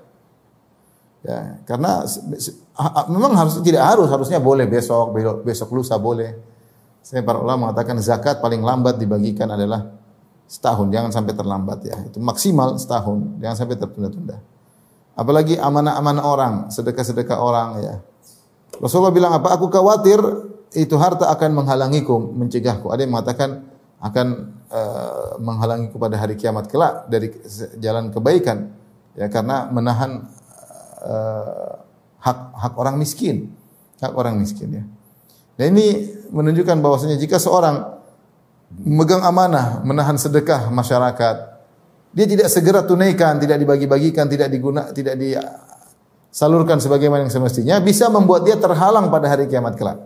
Ya, karena memang harus, tidak harus, harusnya boleh besok, besok lusa boleh. Saya para ulama mengatakan zakat paling lambat dibagikan adalah setahun, jangan sampai terlambat, ya. Itu maksimal setahun, jangan sampai tertunda-tunda. Apalagi amanah-amanah orang, sedekah-sedekah orang, ya. Rasulullah bilang apa? Aku khawatir itu harta akan menghalangiku, mencegahku. Ada yang mengatakan akan uh, menghalangiku pada hari kiamat kelak dari jalan kebaikan, ya, karena menahan uh, hak hak orang miskin, hak orang miskin, ya. Dan ini menunjukkan bahwasanya jika seorang memegang amanah, menahan sedekah masyarakat, Dia tidak segera tunaikan, tidak dibagi-bagikan, tidak diguna, tidak disalurkan sebagaimana yang semestinya, bisa membuat dia terhalang pada hari kiamat kelak.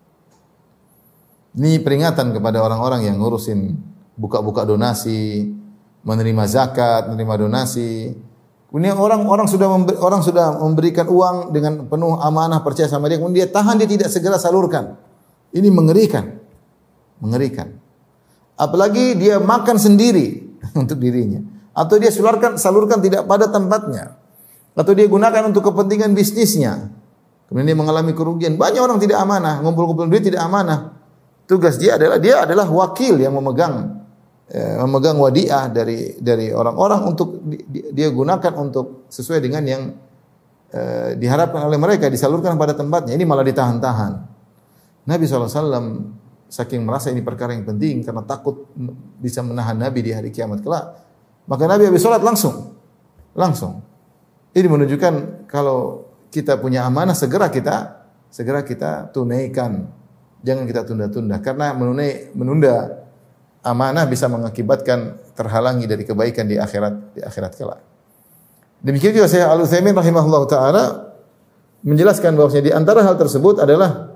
Ini peringatan kepada orang-orang yang ngurusin buka-buka donasi, menerima zakat, menerima donasi. Ini orang-orang sudah memberi, orang sudah memberikan uang dengan penuh amanah, percaya sama dia, kemudian dia tahan, dia tidak segera salurkan. Ini mengerikan. Mengerikan. Apalagi dia makan sendiri untuk dirinya, atau dia salurkan salurkan tidak pada tempatnya, atau dia gunakan untuk kepentingan bisnisnya. Kemudian dia mengalami kerugian. Banyak orang tidak amanah, ngumpul-ngumpul duit tidak amanah. Tugas dia adalah dia adalah wakil yang memegang eh, memegang wadiah dari dari orang-orang untuk di, dia gunakan untuk sesuai dengan yang eh, diharapkan oleh mereka, disalurkan pada tempatnya. Ini malah ditahan-tahan. Nabi shallallahu alaihi wasallam saking merasa ini perkara yang penting karena takut bisa menahan Nabi di hari kiamat kelak, maka Nabi habis sholat langsung langsung. Ini menunjukkan kalau kita punya amanah segera kita segera kita tunaikan. Jangan kita tunda-tunda, karena menunai, menunda amanah bisa mengakibatkan terhalangi dari kebaikan di akhirat di akhirat kelak. Demikian juga Syekh Al-Utsaimin rahimahullah taala menjelaskan bahwasanya di antara hal tersebut adalah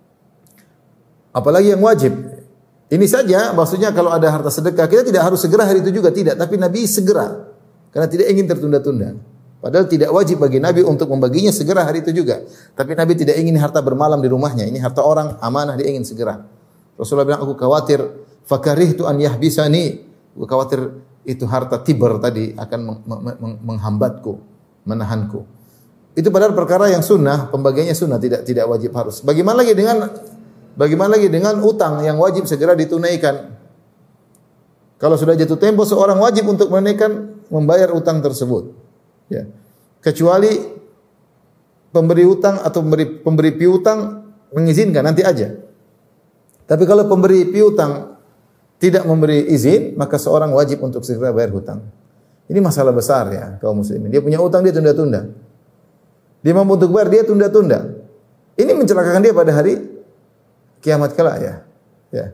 apalagi yang wajib. Ini saja maksudnya kalau ada harta sedekah kita tidak harus segera hari itu juga, tidak, tapi Nabi segera karena tidak ingin tertunda-tunda. Padahal tidak wajib bagi Nabi untuk membaginya segera hari itu juga. Tapi Nabi tidak ingin harta bermalam di rumahnya. Ini harta orang, amanah, dia ingin segera. Rasulullah bilang, aku khawatir, fakarihtu an yahbisani. Aku khawatir itu harta tiber tadi akan menghambatku, menahanku. Itu padahal perkara yang sunnah, pembagiannya sunnah, tidak tidak wajib harus. Bagaimana lagi dengan bagaimana lagi dengan utang yang wajib segera ditunaikan? Kalau sudah jatuh tempo, seorang wajib untuk menunaikan, membayar utang tersebut. Ya. Kecuali pemberi utang atau pemberi, pemberi piutang mengizinkan, nanti aja. Tapi kalau pemberi piutang tidak memberi izin, maka seorang wajib untuk segera bayar hutang. Ini masalah besar ya kaum muslimin. Dia punya utang, dia tunda-tunda. Dia mampu untuk bayar, dia tunda-tunda. Ini mencelakakan dia pada hari kiamat kelak ya. Ya.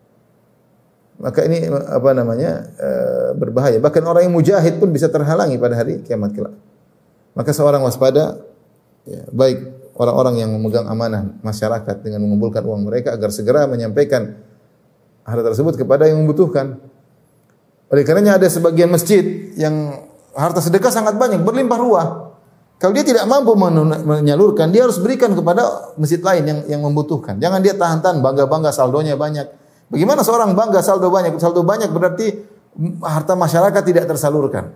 Maka ini apa namanya e, berbahaya. Bahkan orang yang mujahid pun bisa terhalangi pada hari kiamat kelak. Maka seorang waspada, ya, baik orang-orang yang memegang amanah masyarakat dengan mengumpulkan uang mereka agar segera menyampaikan harta tersebut kepada yang membutuhkan. Oleh karenanya ada sebagian masjid yang harta sedekah sangat banyak, berlimpah ruah. Kalau dia tidak mampu menyalurkan, dia harus berikan kepada masjid lain yang yang membutuhkan. Jangan dia tahan-tahan bangga-bangga saldonya banyak. Bagaimana seorang bangga saldo banyak? Saldo banyak berarti harta masyarakat tidak tersalurkan.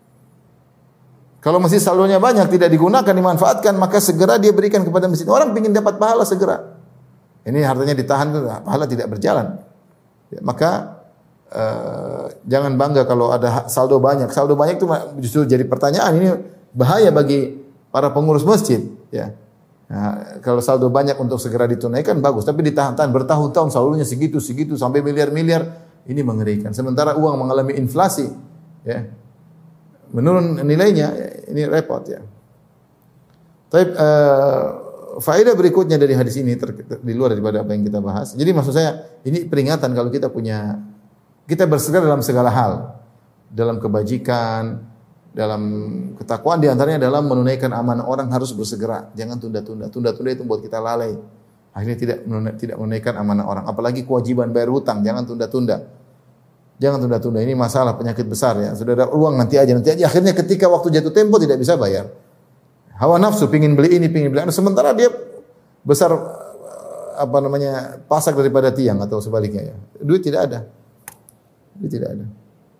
Kalau masjid saldonya banyak tidak digunakan, dimanfaatkan, maka segera dia berikan kepada masjid. Orang ingin dapat pahala segera. Ini hartanya ditahan, pahala tidak berjalan. Ya, maka uh, jangan bangga kalau ada saldo banyak. Saldo banyak itu justru jadi pertanyaan. Ini bahaya bagi para pengurus masjid. Ya. Nah, kalau saldo banyak untuk segera ditunaikan bagus, tapi ditahan-tahan bertahun-tahun saldonya segitu-segitu sampai miliar-miliar, ini mengerikan. Sementara uang mengalami inflasi, ya, menurun nilainya, ini repot ya. Tapi uh, faedah berikutnya dari hadis ini ter, ter, di luar daripada apa yang kita bahas. Jadi maksud saya ini peringatan kalau kita punya, kita bersegera dalam segala hal, dalam kebajikan, dalam ketakwaan, di antaranya dalam menunaikan amanah orang harus bersegera, jangan tunda-tunda. Tunda-tunda itu membuat kita lalai. Akhirnya tidak tidak menunaikan amanah orang. Apalagi kewajiban bayar hutang, jangan tunda-tunda. Jangan tunda-tunda. Ini masalah penyakit besar ya. Sudah ada uang nanti aja, nanti aja. Akhirnya ketika waktu jatuh tempo tidak bisa bayar. Hawa nafsu pingin beli ini, pingin beli itu. Sementara dia besar apa namanya pasak daripada tiang atau sebaliknya ya. Duit tidak ada. Duit tidak ada.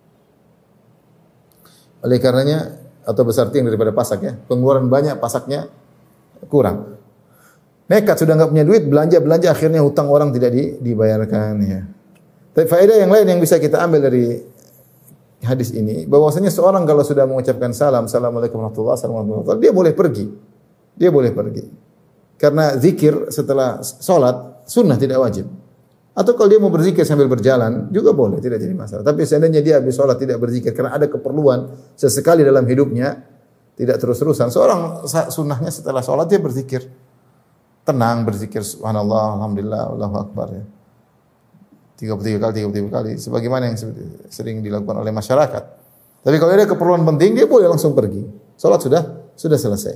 Oleh karenanya atau besar tiang daripada pasak ya. Pengeluaran banyak, pasaknya kurang. Nekat sudah enggak punya duit, belanja-belanja akhirnya hutang orang tidak di, dibayarkan ya. Tapi faedah yang lain yang bisa kita ambil dari hadis ini, bahwasanya seorang kalau sudah mengucapkan salam, assalamualaikum warahmatullahi wabarakatuh, dia boleh pergi. Dia boleh pergi. Karena zikir setelah salat sunnah, tidak wajib. Atau kalau dia mau berzikir sambil berjalan juga boleh, tidak jadi masalah. Tapi seandainya dia habis salat tidak berzikir karena ada keperluan sesekali dalam hidupnya, tidak terus-terusan. Seorang sunnahnya setelah salat dia berzikir. Tenang berzikir subhanallah, alhamdulillah, Allahu akbar ya. tiga puluh tiga kali, tiga puluh tiga kali sebagaimana yang sering dilakukan oleh masyarakat. Tapi kalau ada keperluan penting, dia boleh langsung pergi. Salat sudah sudah selesai.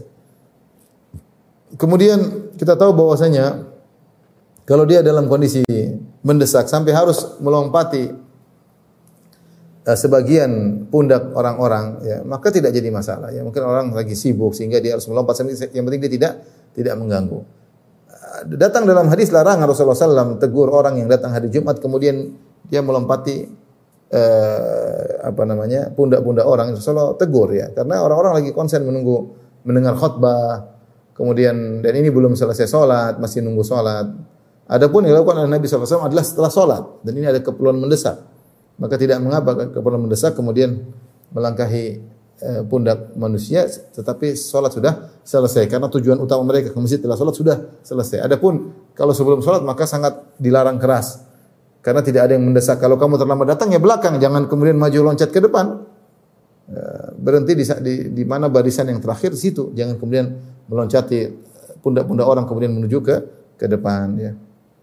Kemudian kita tahu bahwasanya kalau dia dalam kondisi mendesak sampai harus melompati uh, sebagian pundak orang-orang, ya, maka tidak jadi masalah. Ya, mungkin orang lagi sibuk sehingga dia harus melompat. Yang penting dia tidak tidak mengganggu. Uh, datang dalam hadis larangan Rasulullah sallallahu alaihi wasallam tegur orang yang datang hari Jumat kemudian dia melompati Uh, apa namanya pundak-pundak orang. Rasulullah tegur ya, karena orang-orang lagi konsen menunggu mendengar khutbah, kemudian dan ini belum selesai solat, masih nunggu solat. Adapun yang dilakukan oleh Nabi sallallahu alaihi wasallam adalah setelah solat dan ini ada keperluan mendesak, maka tidak mengapa keperluan mendesak kemudian melangkahi uh, pundak manusia, tetapi solat sudah selesai karena tujuan utama mereka ke masjid setelah solat sudah selesai. Adapun kalau sebelum solat maka sangat dilarang keras. Karena tidak ada yang mendesak. Kalau kamu terlambat datang ya belakang, jangan kemudian maju loncat ke depan. Berhenti di, di, di mana barisan yang terakhir di situ. Jangan kemudian meloncati pundak-pundak orang kemudian menuju ke ke depan. Ya.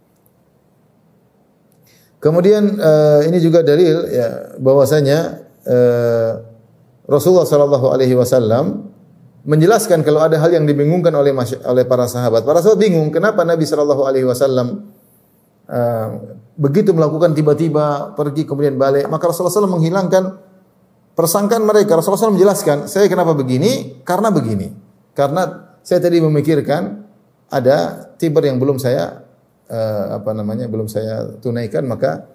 Kemudian uh, ini juga dalil ya bahwasanya uh, Rasulullah Shallallahu Alaihi Wasallam menjelaskan kalau ada hal yang dibingungkan oleh oleh para sahabat. Para sahabat bingung kenapa Nabi Shallallahu Alaihi Wasallam Uh, begitu melakukan tiba-tiba pergi kemudian balik, maka Rasulullah shallallahu alaihi wasallam menghilangkan persangkaan mereka. Rasulullah shallallahu alaihi wasallam menjelaskan, saya kenapa begini? Karena begini. Karena saya tadi memikirkan ada tiber yang belum saya uh, apa namanya belum saya tunaikan, maka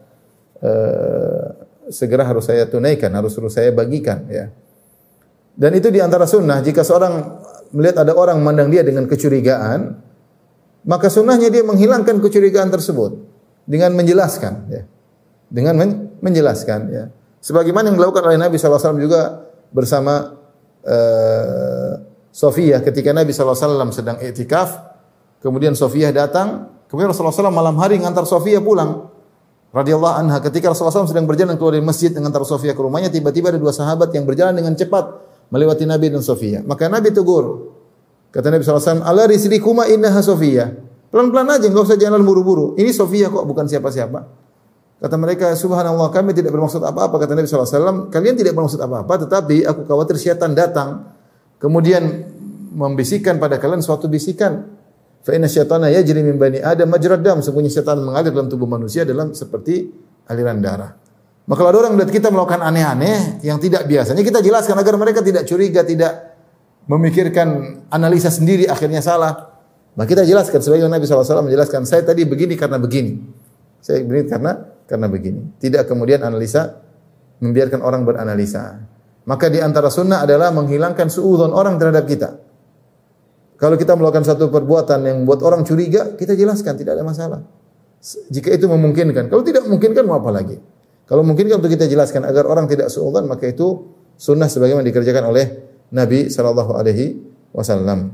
uh, segera harus saya tunaikan, harus harus saya bagikan. Ya. Dan itu diantara sunnah. Jika seorang melihat ada orang memandang dia dengan kecurigaan, maka sunnahnya dia menghilangkan kecurigaan tersebut dengan menjelaskan, ya. Dengan men menjelaskan, ya. Sebagaimana yang dilakukan oleh Nabi sallallahu alaihi wasallam juga bersama uh, Sofiyah ketika Nabi sallallahu alaihi wasallam sedang i'tikaf, kemudian Sofiyah datang, kemudian Rasulullah sallallahu alaihi wasallam malam hari mengantar Sofiyah pulang. Radhiyallahu anha, ketika Rasulullah sallallahu alaihi wasallam sedang berjalan keluar dari masjid mengantar Sofiyah ke rumahnya, tiba-tiba ada dua sahabat yang berjalan dengan cepat melewati Nabi dan Sofiyah. Maka Nabi tegur. Kata Nabi sallallahu alaihi wasallam, "Ala rislikuma innaha Sofiyah." Pelan-pelan aja, enggak usah jalan buru-buru. Ini Sofiyah kok, bukan siapa-siapa. Kata mereka, "Subhanallah, kami tidak bermaksud apa-apa." Kata Nabi sallallahu alaihi wasallam, "Kalian tidak bermaksud apa-apa, tetapi aku khawatir syaitan datang kemudian membisikkan pada kalian suatu bisikan. Fa inna syaitana yajri min bani Adam majrad dam." Sesungguhnya syaitan mengalir dalam tubuh manusia dalam seperti aliran darah. Maka kalau ada orang melihat kita melakukan aneh-aneh yang tidak biasanya, kita jelaskan agar mereka tidak curiga, tidak memikirkan analisa sendiri akhirnya salah. Maka kita jelaskan sebagaimana Nabi sallallahu alaihi wasallam menjelaskan, saya tadi begini karena begini. Saya begini karena karena begini. Tidak kemudian analisa, membiarkan orang beranalisa. Maka di antara sunnah adalah menghilangkan suudzon orang terhadap kita. Kalau kita melakukan satu perbuatan yang membuat orang curiga, kita jelaskan, tidak ada masalah. Jika itu memungkinkan. Kalau tidak memungkinkan, mau apa lagi? Kalau memungkinkan untuk kita jelaskan agar orang tidak suudzon, maka itu sunnah sebagaimana dikerjakan oleh Nabi sallallahu alaihi wasallam.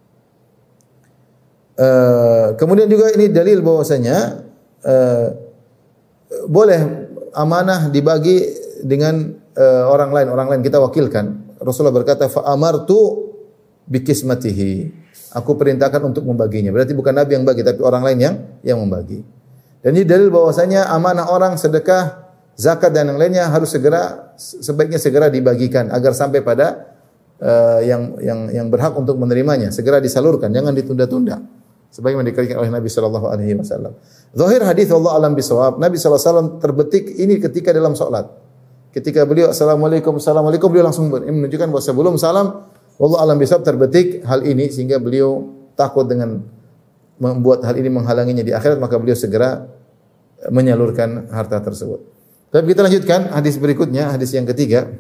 Uh, kemudian juga ini dalil bahwasanya uh, boleh amanah dibagi dengan uh, orang lain, orang lain kita wakilkan. Rasulullah berkata, "Fa amartu bikismatihi." Aku perintahkan untuk membaginya. Berarti bukan Nabi yang bagi, tapi orang lain yang yang membagi. Dan ini dalil bahwasanya amanah orang, sedekah, zakat dan yang lainnya harus segera, sebaiknya segera dibagikan agar sampai pada uh, yang yang yang berhak untuk menerimanya, segera disalurkan, jangan ditunda-tunda. Sebagaimana dikatakan oleh Nabi sallallahu alaihi wasallam. Zahir hadis wallahu alam bisawab, Nabi sallallahu alaihi wasallam terbetik ini ketika dalam salat. Ketika beliau assalamualaikum assalamualaikum beliau langsung menunjukkan bahwa sebelum salam wallahu alam bisawab terbetik hal ini sehingga beliau takut dengan membuat hal ini menghalanginya di akhirat, maka beliau segera menyalurkan harta tersebut. Tapi kita lanjutkan hadis berikutnya, hadis yang ketiga.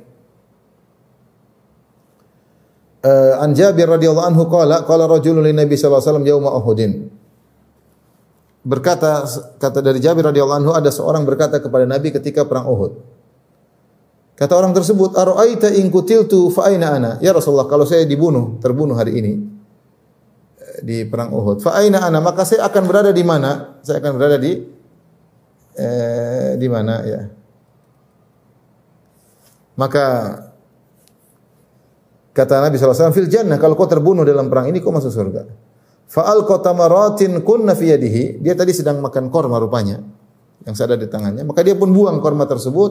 Uh, an Jabir radhiyallahu anhu qala qala rajulun lin Nabi sallallahu alaihi wasallam yauma Uhudin. Berkata kata dari Jabir radhiyallahu anhu, ada seorang berkata kepada Nabi ketika perang Uhud. Kata orang tersebut, "Ara'aita in qutiltu fa aina ana?" Ya Rasulullah, kalau saya dibunuh, terbunuh hari ini di perang Uhud, fa aina ana, maka saya akan berada di mana? Saya akan berada di eh, di mana ya? Maka kata Nabi sallallahu alaihi wasallam, "Fil jannah." Kalau kau terbunuh dalam perang ini, kau masuk surga. Fa'al qatamaratin kunna fi yadihi. Dia tadi sedang makan korma rupanya yang ada di tangannya. Maka dia pun buang korma tersebut.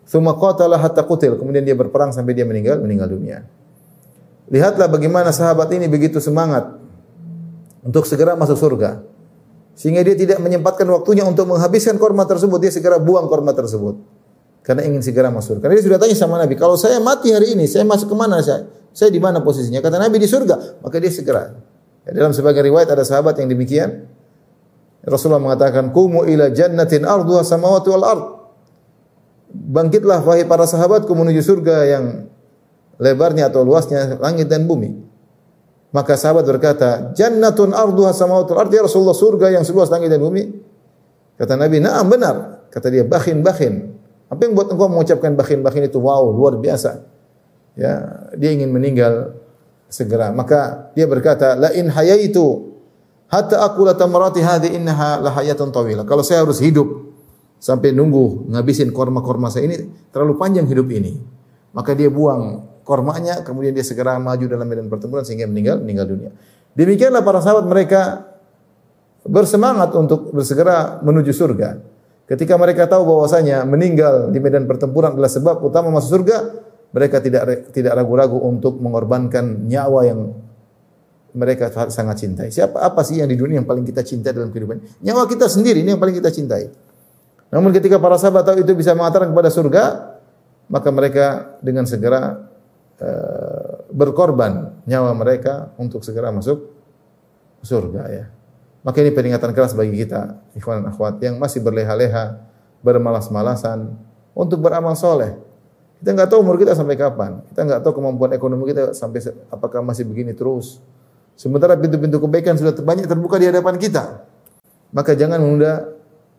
Tsumma qatala hatta qutil. Kemudian dia berperang sampai dia meninggal, meninggal dunia. Lihatlah bagaimana sahabat ini begitu semangat untuk segera masuk surga. Sehingga dia tidak menyempatkan waktunya untuk menghabiskan korma tersebut, dia segera buang korma tersebut. Karena ingin segera masuk. Karena dia sudah tanya sama Nabi, kalau saya mati hari ini, saya masuk ke mana saya? Saya di mana posisinya? Kata Nabi di surga. Maka dia segera. Ya, dalam sebagian riwayat ada sahabat yang demikian. Rasulullah mengatakan, "Qumu ila jannatin arduha samawati wal ard." Bangkitlah wahai para sahabatku menuju surga yang lebarnya atau luasnya langit dan bumi. Maka sahabat berkata, "Jannatun arduha samawati wal ard." Ya Rasulullah, surga yang seluas langit dan bumi. Kata Nabi, "Na'am, benar." Kata dia, "Bakhin, bakhin." Apa yang buat engkau mengucapkan bakhin, bakhin itu? Wow, luar biasa. Ya, dia ingin meninggal segera. Maka dia berkata, "La in hayaitu hatta aqula tamarati hadhi innaha la hayatun tawilah." Kalau saya harus hidup sampai nunggu ngabisin korma-korma saya ini, terlalu panjang hidup ini. Maka dia buang kormanya, kemudian dia segera maju dalam medan pertempuran sehingga meninggal meninggal dunia. Demikianlah para sahabat, mereka bersemangat untuk bersegera menuju surga. Ketika mereka tahu bahwasanya meninggal di medan pertempuran adalah sebab utama masuk surga, mereka tidak tidak ragu-ragu untuk mengorbankan nyawa yang mereka sangat cintai. Siapa apa sih yang di dunia yang paling kita cintai dalam kehidupan? Nyawa kita sendiri ini yang paling kita cintai. Namun ketika para sahabat tahu itu bisa mengantarkan kepada surga, maka mereka dengan segera uh, berkorban nyawa mereka untuk segera masuk surga, ya. Maka ini peringatan keras bagi kita, ikhwan dan akhwat, yang masih berleha-leha, bermalas-malasan untuk beramal soleh. Kita enggak tahu umur kita sampai kapan. Kita enggak tahu kemampuan ekonomi kita sampai apakah masih begini terus. Sementara pintu-pintu kebaikan sudah banyak terbuka di hadapan kita. Maka jangan menunda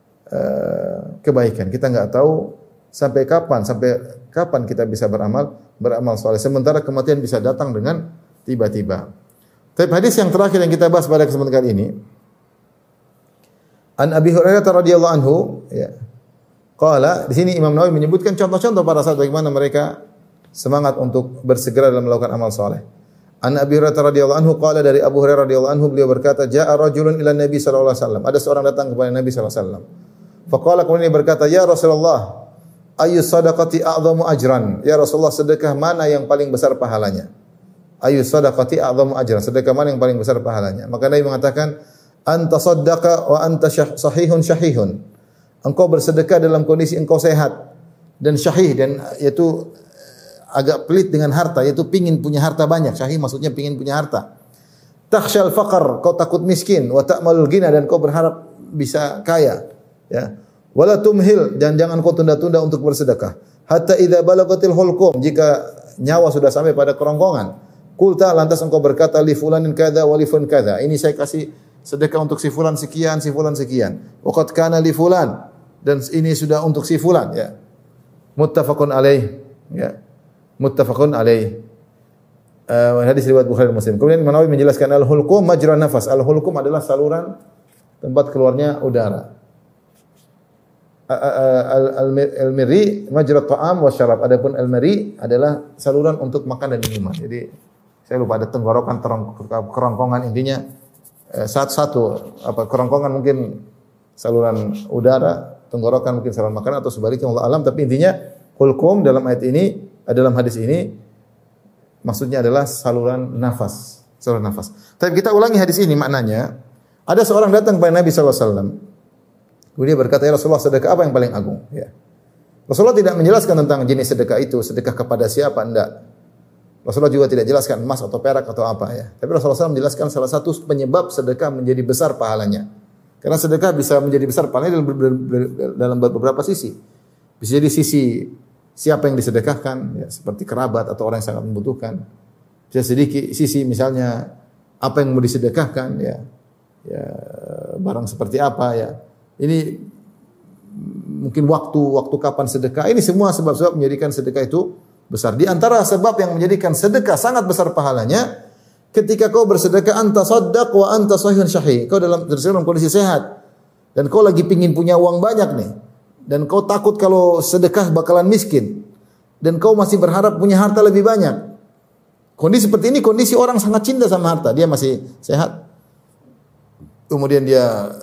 uh, kebaikan. Kita enggak tahu sampai kapan, sampai kapan kita bisa beramal, beramal soleh. Sementara kematian bisa datang dengan tiba-tiba. Tapi hadis yang terakhir yang kita bahas pada kesempatan kali ini, An Abi Hurairah radhiyallahu anhu, ya. Qala, di sini Imam Nawawi menyebutkan contoh-contoh para sahabat bagaimana mereka semangat untuk bersegera dalam melakukan amal saleh. An Abi Hurairah radhiyallahu anhu qala, dari Abu Hurairah radhiyallahu anhu beliau berkata, "Ja'a rajulun ila Nabi sallallahu alaihi wasallam." Ada seorang datang kepada Nabi sallallahu alaihi wasallam. Faqala, kemudian dia berkata, "Ya Rasulullah, ayyu sadaqati a'zamu ajran?" Ya Rasulullah, sedekah mana yang paling besar pahalanya? Ayyu sadaqati a'zamu ajran? Sedekah mana yang paling besar pahalanya? Maka Nabi mengatakan, "Anta saddaqa wa anta sahihun syahihun." Engkau bersedekah dalam kondisi engkau sehat dan syahih, dan yaitu agak pelit dengan harta, yaitu pingin punya harta banyak. Syahih maksudnya pingin punya harta. Takhsyal faqr, kau takut miskin, wa ta'malul ghina, dan kau berharap bisa kaya, ya. Wala tumhil, dan jangan kau tunda-tunda untuk bersedekah. Hatta idza balagatil hulqum, jika nyawa sudah sampai pada kerongkongan. Qulta, lantas engkau berkata, li fulanin kadza wa li fulan kadza. Ini saya kasih sedekah untuk si fulan sekian, si fulan sekian. Waqad kana li fulan, dan ini sudah untuk si fulan, ya. Muttafaqun alaih, ya. Muttafaqun alaih. Uh, hadis riwayat Bukhari dan Muslim. Kemudian Imam Nawawi menjelaskan al-hulqum majra nafas. Al-hulqum adalah saluran tempat keluarnya udara. Al-mirri majra ta'am wa syarab. Adapun al-mirri adalah saluran untuk makan dan minuman. Jadi saya lupa ada tenggorokan, kerongkongan, intinya satu-satu apa kerongkongan mungkin saluran udara, tenggorokan mungkin saluran makanan atau sebaliknya, Allah alam. Tapi intinya hulqum dalam ayat ini, dalam hadis ini maksudnya adalah saluran nafas, saluran nafas. Tapi kita ulangi hadis ini maknanya. Ada seorang datang kepada Nabi sallallahu alaihi wasallam. Dia berkata, "Ya Rasulullah, sedekah apa yang paling agung?" Ya. Rasulullah tidak menjelaskan tentang jenis sedekah itu, sedekah kepada siapa, enggak. Rasulullah juga tidak jelaskan emas atau perak atau apa, ya. Tapi Rasulullah shallallahu alaihi wasallam menjelaskan salah satu penyebab sedekah menjadi besar pahalanya. Karena sedekah bisa menjadi besar pahalanya dalam beberapa sisi. Bisa jadi sisi siapa yang disedekahkan, ya, seperti kerabat atau orang yang sangat membutuhkan. Bisa sedikit sisi misalnya apa yang mau disedekahkan, ya, ya barang seperti apa, ya. Ini mungkin waktu, waktu kapan sedekah. Ini semua sebab-sebab menjadikan sedekah itu besar. Di antara sebab yang menjadikan sedekah sangat besar pahalanya, ketika kau bersedekah, anta saddaq wa anta sahihun syahih. Kau dalam, dalam kondisi sehat dan kau lagi pingin punya uang banyak nih. Dan kau takut kalau sedekah bakalan miskin. Dan kau masih berharap punya harta lebih banyak. Kondisi seperti ini, kondisi orang sangat cinta sama harta. Dia masih sehat. Kemudian dia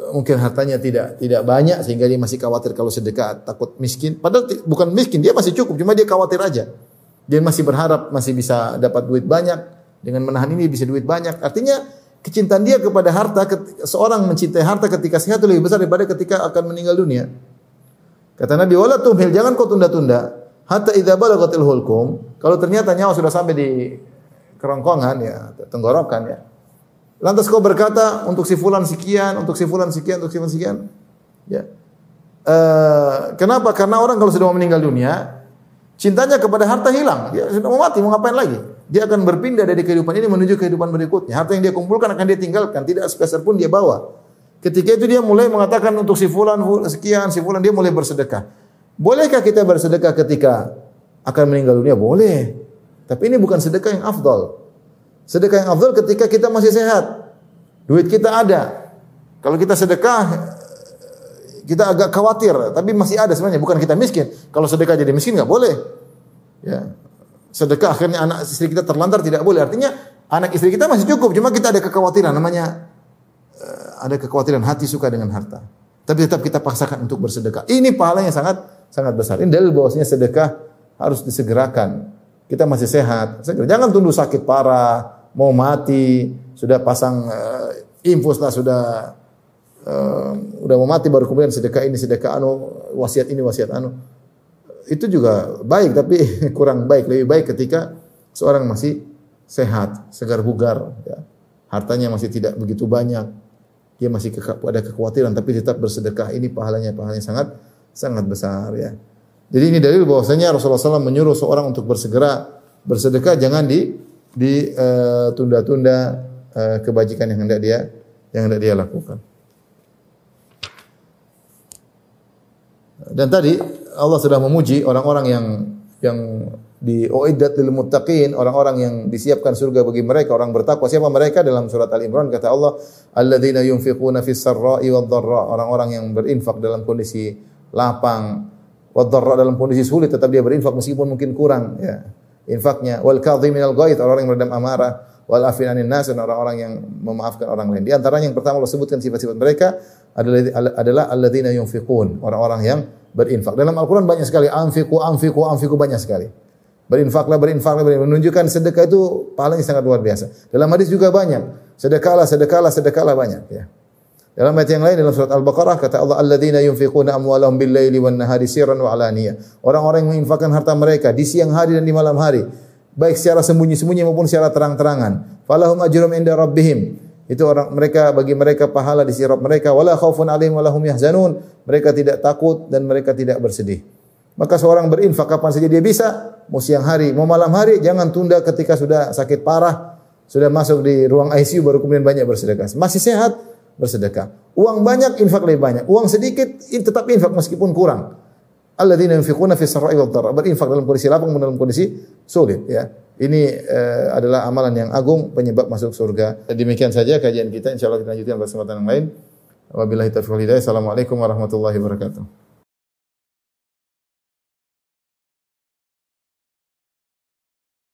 mungkin hartanya tidak tidak banyak sehingga dia masih khawatir kalau sedekah takut miskin. Padahal bukan miskin, dia masih cukup, cuma dia khawatir aja. Dia masih berharap masih bisa dapat duit banyak, dengan menahan ini bisa duit banyak. Artinya kecintaan dia kepada harta, seorang mencintai harta ketika sehat lebih besar daripada ketika akan meninggal dunia. Kata Nabi, wala tumhil, jangan kau tunda-tunda hatta idza balagatil hulqum. Kalau ternyata nyawa sudah sampai di kerongkongan ya, tenggorokan ya. Lantas kau berkata untuk si fulan sekian, untuk si fulan sekian, untuk si fulan sekian. Ya. Uh, kenapa? Karena orang kalau sudah mau meninggal dunia, cintanya kepada harta hilang. Dia sudah mau mati, mau ngapain lagi? Dia akan berpindah dari kehidupan ini menuju kehidupan berikutnya. Harta yang dia kumpulkan akan dia tinggalkan, tidak sepeser pun dia bawa. Ketika itu dia mulai mengatakan untuk si fulan sekian, si fulan, dia mulai bersedekah. Bolehkah kita bersedekah ketika akan meninggal dunia? Boleh. Tapi ini bukan sedekah yang afdal. Sedekah yang afdal ketika kita masih sehat. Duit kita ada. Kalau kita sedekah, kita agak khawatir, tapi masih ada sebenarnya, bukan kita miskin. Kalau sedekah jadi miskin enggak boleh. Ya. Sedekah akhirnya anak istri kita terlantar tidak boleh. Artinya anak istri kita masih cukup, cuma kita ada kekhawatiran, namanya uh, ada kekhawatiran hati suka dengan harta. Tapi tetap kita paksakan untuk bersedekah. Ini pahalanya sangat sangat besar. Ini dalil bahwasanya sedekah harus disegerakan. Kita masih sehat, jangan tunggu sakit parah, mau mati, sudah pasang uh, infus lah, sudah uh, udah mau mati baru kemudian sedekah ini, sedekah anu, wasiat ini, wasiat anu. Itu juga baik tapi kurang baik. Lebih baik ketika seorang masih sehat, segar bugar, ya. Hartanya masih tidak begitu banyak, dia masih ke, ada kekhawatiran tapi tetap bersedekah. Ini pahalanya pahalanya sangat sangat besar, ya. Jadi ini dalil bahwasanya Rasulullah shallallahu alaihi wasallam menyuruh seorang untuk bersegera bersedekah, jangan di di uh, tunda-tunda uh, kebajikan yang hendak dia yang hendak dia lakukan. Dan tadi Allah sudah memuji orang-orang yang yang di uiddat lil muttaqin, orang-orang yang disiapkan surga bagi mereka, orang bertakwa. Siapa mereka? Dalam surat Al-Imran kata Allah, alladzina yunfiquna fis sarra'i wad dharra, orang-orang yang berinfak dalam kondisi lapang, wad dharra dalam kondisi sulit tetap dia berinfak meskipun mungkin kurang, ya. Infaknya, wal kadhiminal ghaidh, orang yang meredam amarah, wal afin anin nas, orang-orang yang memaafkan orang lain. Di antaranya yang pertama Allah sebutkan sifat-sifat mereka adalah adalah alladzina yunfiqun, orang-orang yang berinfak. Dalam Al-Qur'an banyak sekali anfiqu anfiqu anfiqu, banyak sekali. Berinfaklah, berinfaklah, berinfaklah, menunjukkan sedekah itu pahalanya sangat luar biasa. Dalam hadis juga banyak, sedekahlah, sedekahlah, sedekahlah banyak, ya. Dalam ayat yang lain dalam surat Al-Baqarah kata Allah, alladzina yunfiquna amwalahum bil-laili wan-nahari sirran wa alaniyah. Orang-orang yang menginfakkan harta mereka di siang hari dan di malam hari, baik secara sembunyi-sembunyi maupun secara terang-terangan. Falahum ajrum inda rabbihim. Itu orang mereka, bagi mereka pahala di sisi Rabb mereka, wala khaufun 'alaihim wa lahum yahzanun. Mereka tidak takut dan mereka tidak bersedih. Maka seorang berinfak kapan saja dia bisa, mau siang hari, mau malam hari, jangan tunda ketika sudah sakit parah, sudah masuk di ruang I C U baru kemudian banyak bersedekah. Masih sehat, bersedekah. Uang banyak, infak lebih banyak. Uang sedikit, tetap infak meskipun kurang. Alladzina yunfiquna fis sarra'i wad dharra, berinfak dalam kondisi lapang maupun dalam kondisi sulit, ya. Ini uh, adalah amalan yang agung penyebab masuk surga. Demikian saja kajian kita, insyaallah kita lanjutkan pada kesempatan yang lain. Wabillahi taufiq wal hidayah. Assalamualaikum warahmatullahi wabarakatuh.